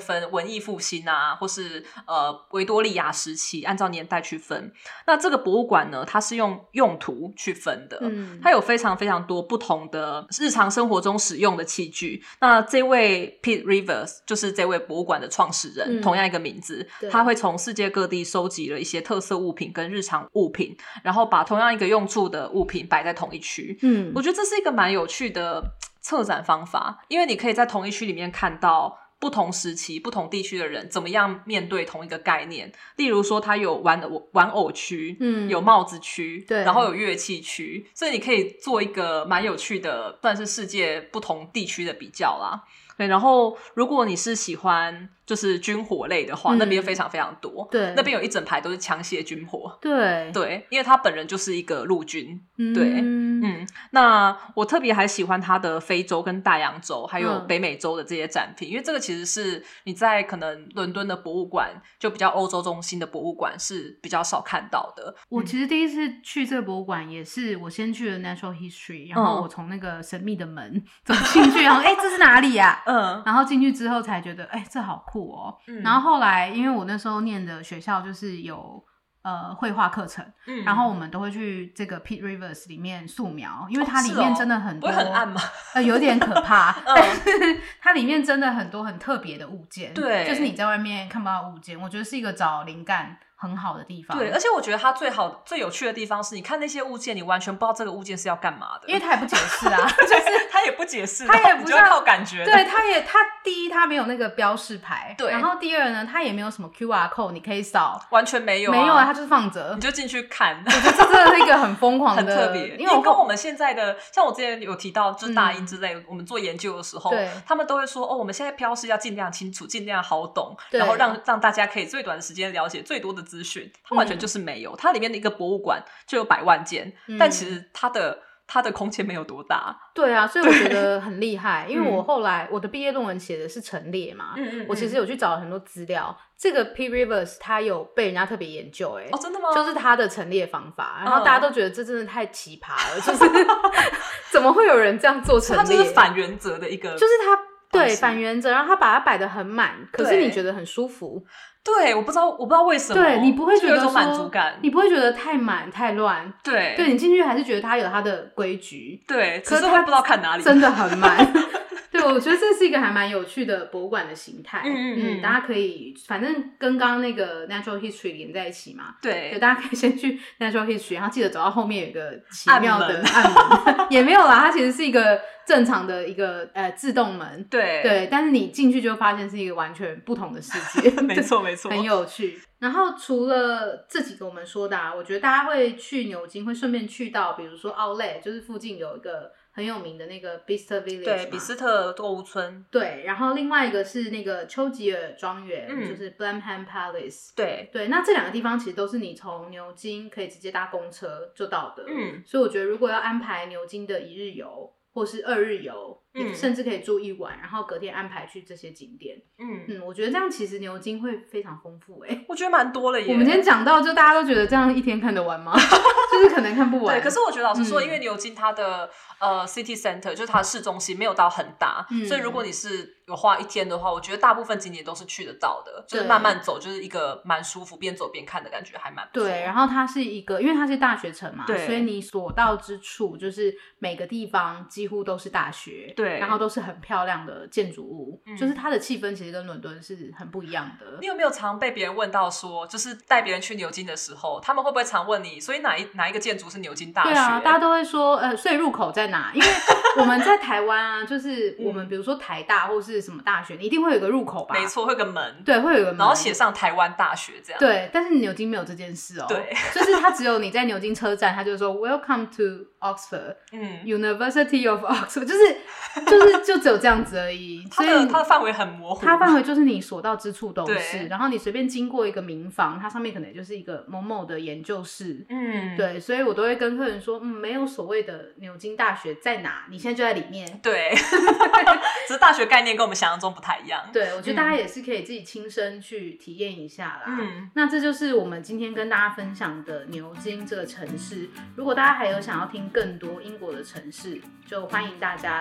Speaker 2: 分文艺复兴啊，或是维多利亚时期，按照年代去分。那这个博物馆呢，它是用用途去分的，它有非常非常多不同的日常生活中使用的器具。那这位 Pete Rivers 就是这位博物馆的创始人，同样一个名字，他会从世界各地收集了一些特色物品跟日常物品，然后把同样一个用处的物品摆在同一区。我觉得这是一个蛮有趣的策展方法，因为你可以在同一区里面看到不同时期不同地区的人怎么样面对同一个概念。例如说它有玩偶区，有帽子区，然后有乐器区，所以你可以做一个蛮有趣的算是世界不同地区的比较啦。对，然后如果你是喜欢就是军火类的话，那边非常非常多。
Speaker 1: 对，
Speaker 2: 那边有一整排都是枪械军火。
Speaker 1: 对，
Speaker 2: 因为他本人就是一个陆军。对，那我特别还喜欢他的非洲跟大洋洲还有北美洲的这些展品，因为这个其实是你在可能伦敦的博物馆，就比较欧洲中心的博物馆是比较少看到的。
Speaker 1: 我其实第一次去这个博物馆也是我先去了 Natural History， 然后我从那个神秘的门走进去，然后这是哪里啊？然后进去之后才觉得这好酷哦。然后后来因为我那时候念的学校就是有绘画课程，然后我们都会去这个 Pete Rivers 里面素描，因为它里面真的很多，
Speaker 2: 不会很暗吗？
Speaker 1: 有点可怕，但是它里面真的很多很特别的物件，
Speaker 2: 对，
Speaker 1: 就是你在外面看不到的物件，我觉得是一个找灵感很好的地方。
Speaker 2: 对，而且我觉得它最有趣的地方是，你看那些物件，你完全不知道这个物件是要干嘛的，
Speaker 1: 因为它也不解释啊，就是
Speaker 2: 它也不解释，
Speaker 1: 它也不
Speaker 2: 你就靠感觉。
Speaker 1: 对，它第一它没有那个标示牌，
Speaker 2: 对，
Speaker 1: 然后第二呢，它也没有什么 QR code 你可以扫，
Speaker 2: 完全没有
Speaker 1: 啊，它就是放着，
Speaker 2: 你就进去看。
Speaker 1: 我觉得这真的是一个很疯狂的
Speaker 2: 很特别，因为跟我们现在的，像我之前有提到就是大英之类，我们做研究的时候，他们都会说我们现在标示要尽量清楚，尽量好懂，然后让大家可以最短的时间了解最多的资讯。它完全就是没有，它里面的一个博物馆就有100万件，但其实它的空间没有多大。
Speaker 1: 对啊，所以我觉得很厉害，因为我后来我的毕业论文写的是陈列嘛，我其实有去找了很多资料，这个 Pete Rivers 他有被人家特别研究，
Speaker 2: 真的吗？
Speaker 1: 就是他的陈列方法，然后大家都觉得这真的太奇葩了，就是怎么会有人这样做陈列？
Speaker 2: 他就是反原则的一个，
Speaker 1: 就是他对反原则，然后他把它摆得很满，可是你觉得很舒服。
Speaker 2: 对，我不知道为什么，
Speaker 1: 对，你不会觉得
Speaker 2: 有一种满足感，
Speaker 1: 你不会觉得太满太乱，对你进去还是觉得它有它的规矩，
Speaker 2: 对，可是它不知道看哪里，
Speaker 1: 真的很满。对，我觉得这是一个还蛮有趣的博物馆的形态，大家可以反正跟刚刚那个 Natural History 连在一起嘛，对，大家可以先去 Natural History， 然后记得走到后面有一个奇妙的暗门，也没有啦，它其实是一个正常的一个自动门，对，但是你进去就发现是一个完全不同的世界，
Speaker 2: 没错没错，
Speaker 1: 很有趣。然后除了这几个我们说的我觉得大家会去牛津会顺便去到比如说 Outlet， 就是附近有一个很有名的那个 Bicester Village，
Speaker 2: 对，比斯特购物村，
Speaker 1: 对，然后另外一个是那个丘吉尔庄园，就是 Blenheim Palace， 对，那这两个地方其实都是你从牛津可以直接搭公车就到的，所以我觉得如果要安排牛津的1日游或是2日游，甚至可以住1晚，然后隔天安排去这些景点。我觉得这样其实牛津会非常丰富
Speaker 2: 我觉得蛮多了耶。
Speaker 1: 我们今天讲到，就大家都觉得这样一天看得完吗？就是可能看不完。
Speaker 2: 对，可是我觉得老实说，因为牛津它的city center 就是它的市中心没有到很大，所以如果你是有花1天的话，我觉得大部分景点都是去得到的，就是慢慢走，就是一个蛮舒服，边走边看的感觉，还蛮不错。
Speaker 1: 对，然后它是一个，因为它是大学城嘛，所以你所到之处，就是每个地方几乎都是大学，对，然后都是很漂亮的建筑物，就是它的气氛其实跟伦敦是很不一样的。
Speaker 2: 你有没有常被别人问到说，就是带别人去牛津的时候，他们会不会常问你，所以哪一个建筑是牛津大学？
Speaker 1: 对啊，大家都会说，所以入口在哪？因为我们在台湾啊，就是我们比如说台大或是什么大学，你一定会有一个入口吧？
Speaker 2: 没错，会有个门，
Speaker 1: 对，会有一个门，
Speaker 2: 然后写上台湾大学这样。
Speaker 1: 对，但是牛津没有这件事
Speaker 2: 对，
Speaker 1: 就是它只有你在牛津车站，它就说 Welcome to Oxford， University of Oxford， 就只有这样子而已。所以
Speaker 2: 它的范围很模糊，
Speaker 1: 它范围就是你所到之处都是，然后你随便经过一个民房，它上面可能就是一个某某的研究室，对，所以我都会跟客人说，没有所谓的牛津大学在哪，你现在就在里面，
Speaker 2: 对，只是大学概念跟我们想象中不太一样。
Speaker 1: 对，我觉得大家也是可以自己亲身去体验一下啦。那这就是我们今天跟大家分享的牛津这个城市。如果大家还有想要听更多英国的城市，就欢迎大家在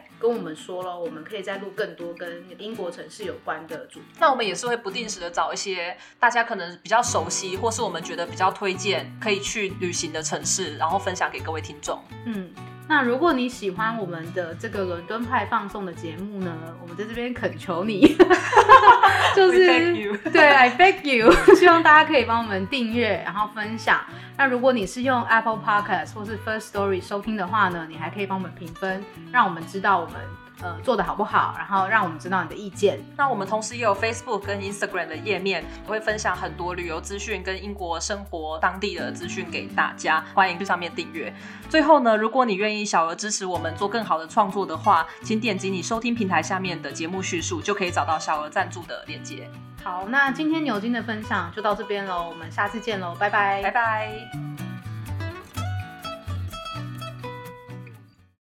Speaker 1: 来跟我们说了，我们可以再录更多跟英国城市有关的主题。
Speaker 2: 那我们也是会不定时的找一些大家可能比较熟悉，或是我们觉得比较推荐可以去旅行的城市，然后分享给各位听众。
Speaker 1: 那如果你喜欢我们的这个伦敦派放送的节目呢，我们在这边恳求你就是对 I beg you 希望大家可以帮我们订阅然后分享。那如果你是用 Apple Podcast 或是 First Story 收听的话呢，你还可以帮我们评分，让我们知道我们做的好不好，然后让我们知道你的意见。
Speaker 2: 那我们同时也有 Facebook 跟 Instagram 的页面，会分享很多旅游资讯跟英国生活当地的资讯给大家，欢迎去上面订阅。最后呢，如果你愿意小额支持我们做更好的创作的话，请点击你收听平台下面的节目叙述，就可以找到小额赞助的链接。
Speaker 1: 好，那今天牛津的分享就到这边咯，我们下次见咯，拜拜，
Speaker 2: 拜拜。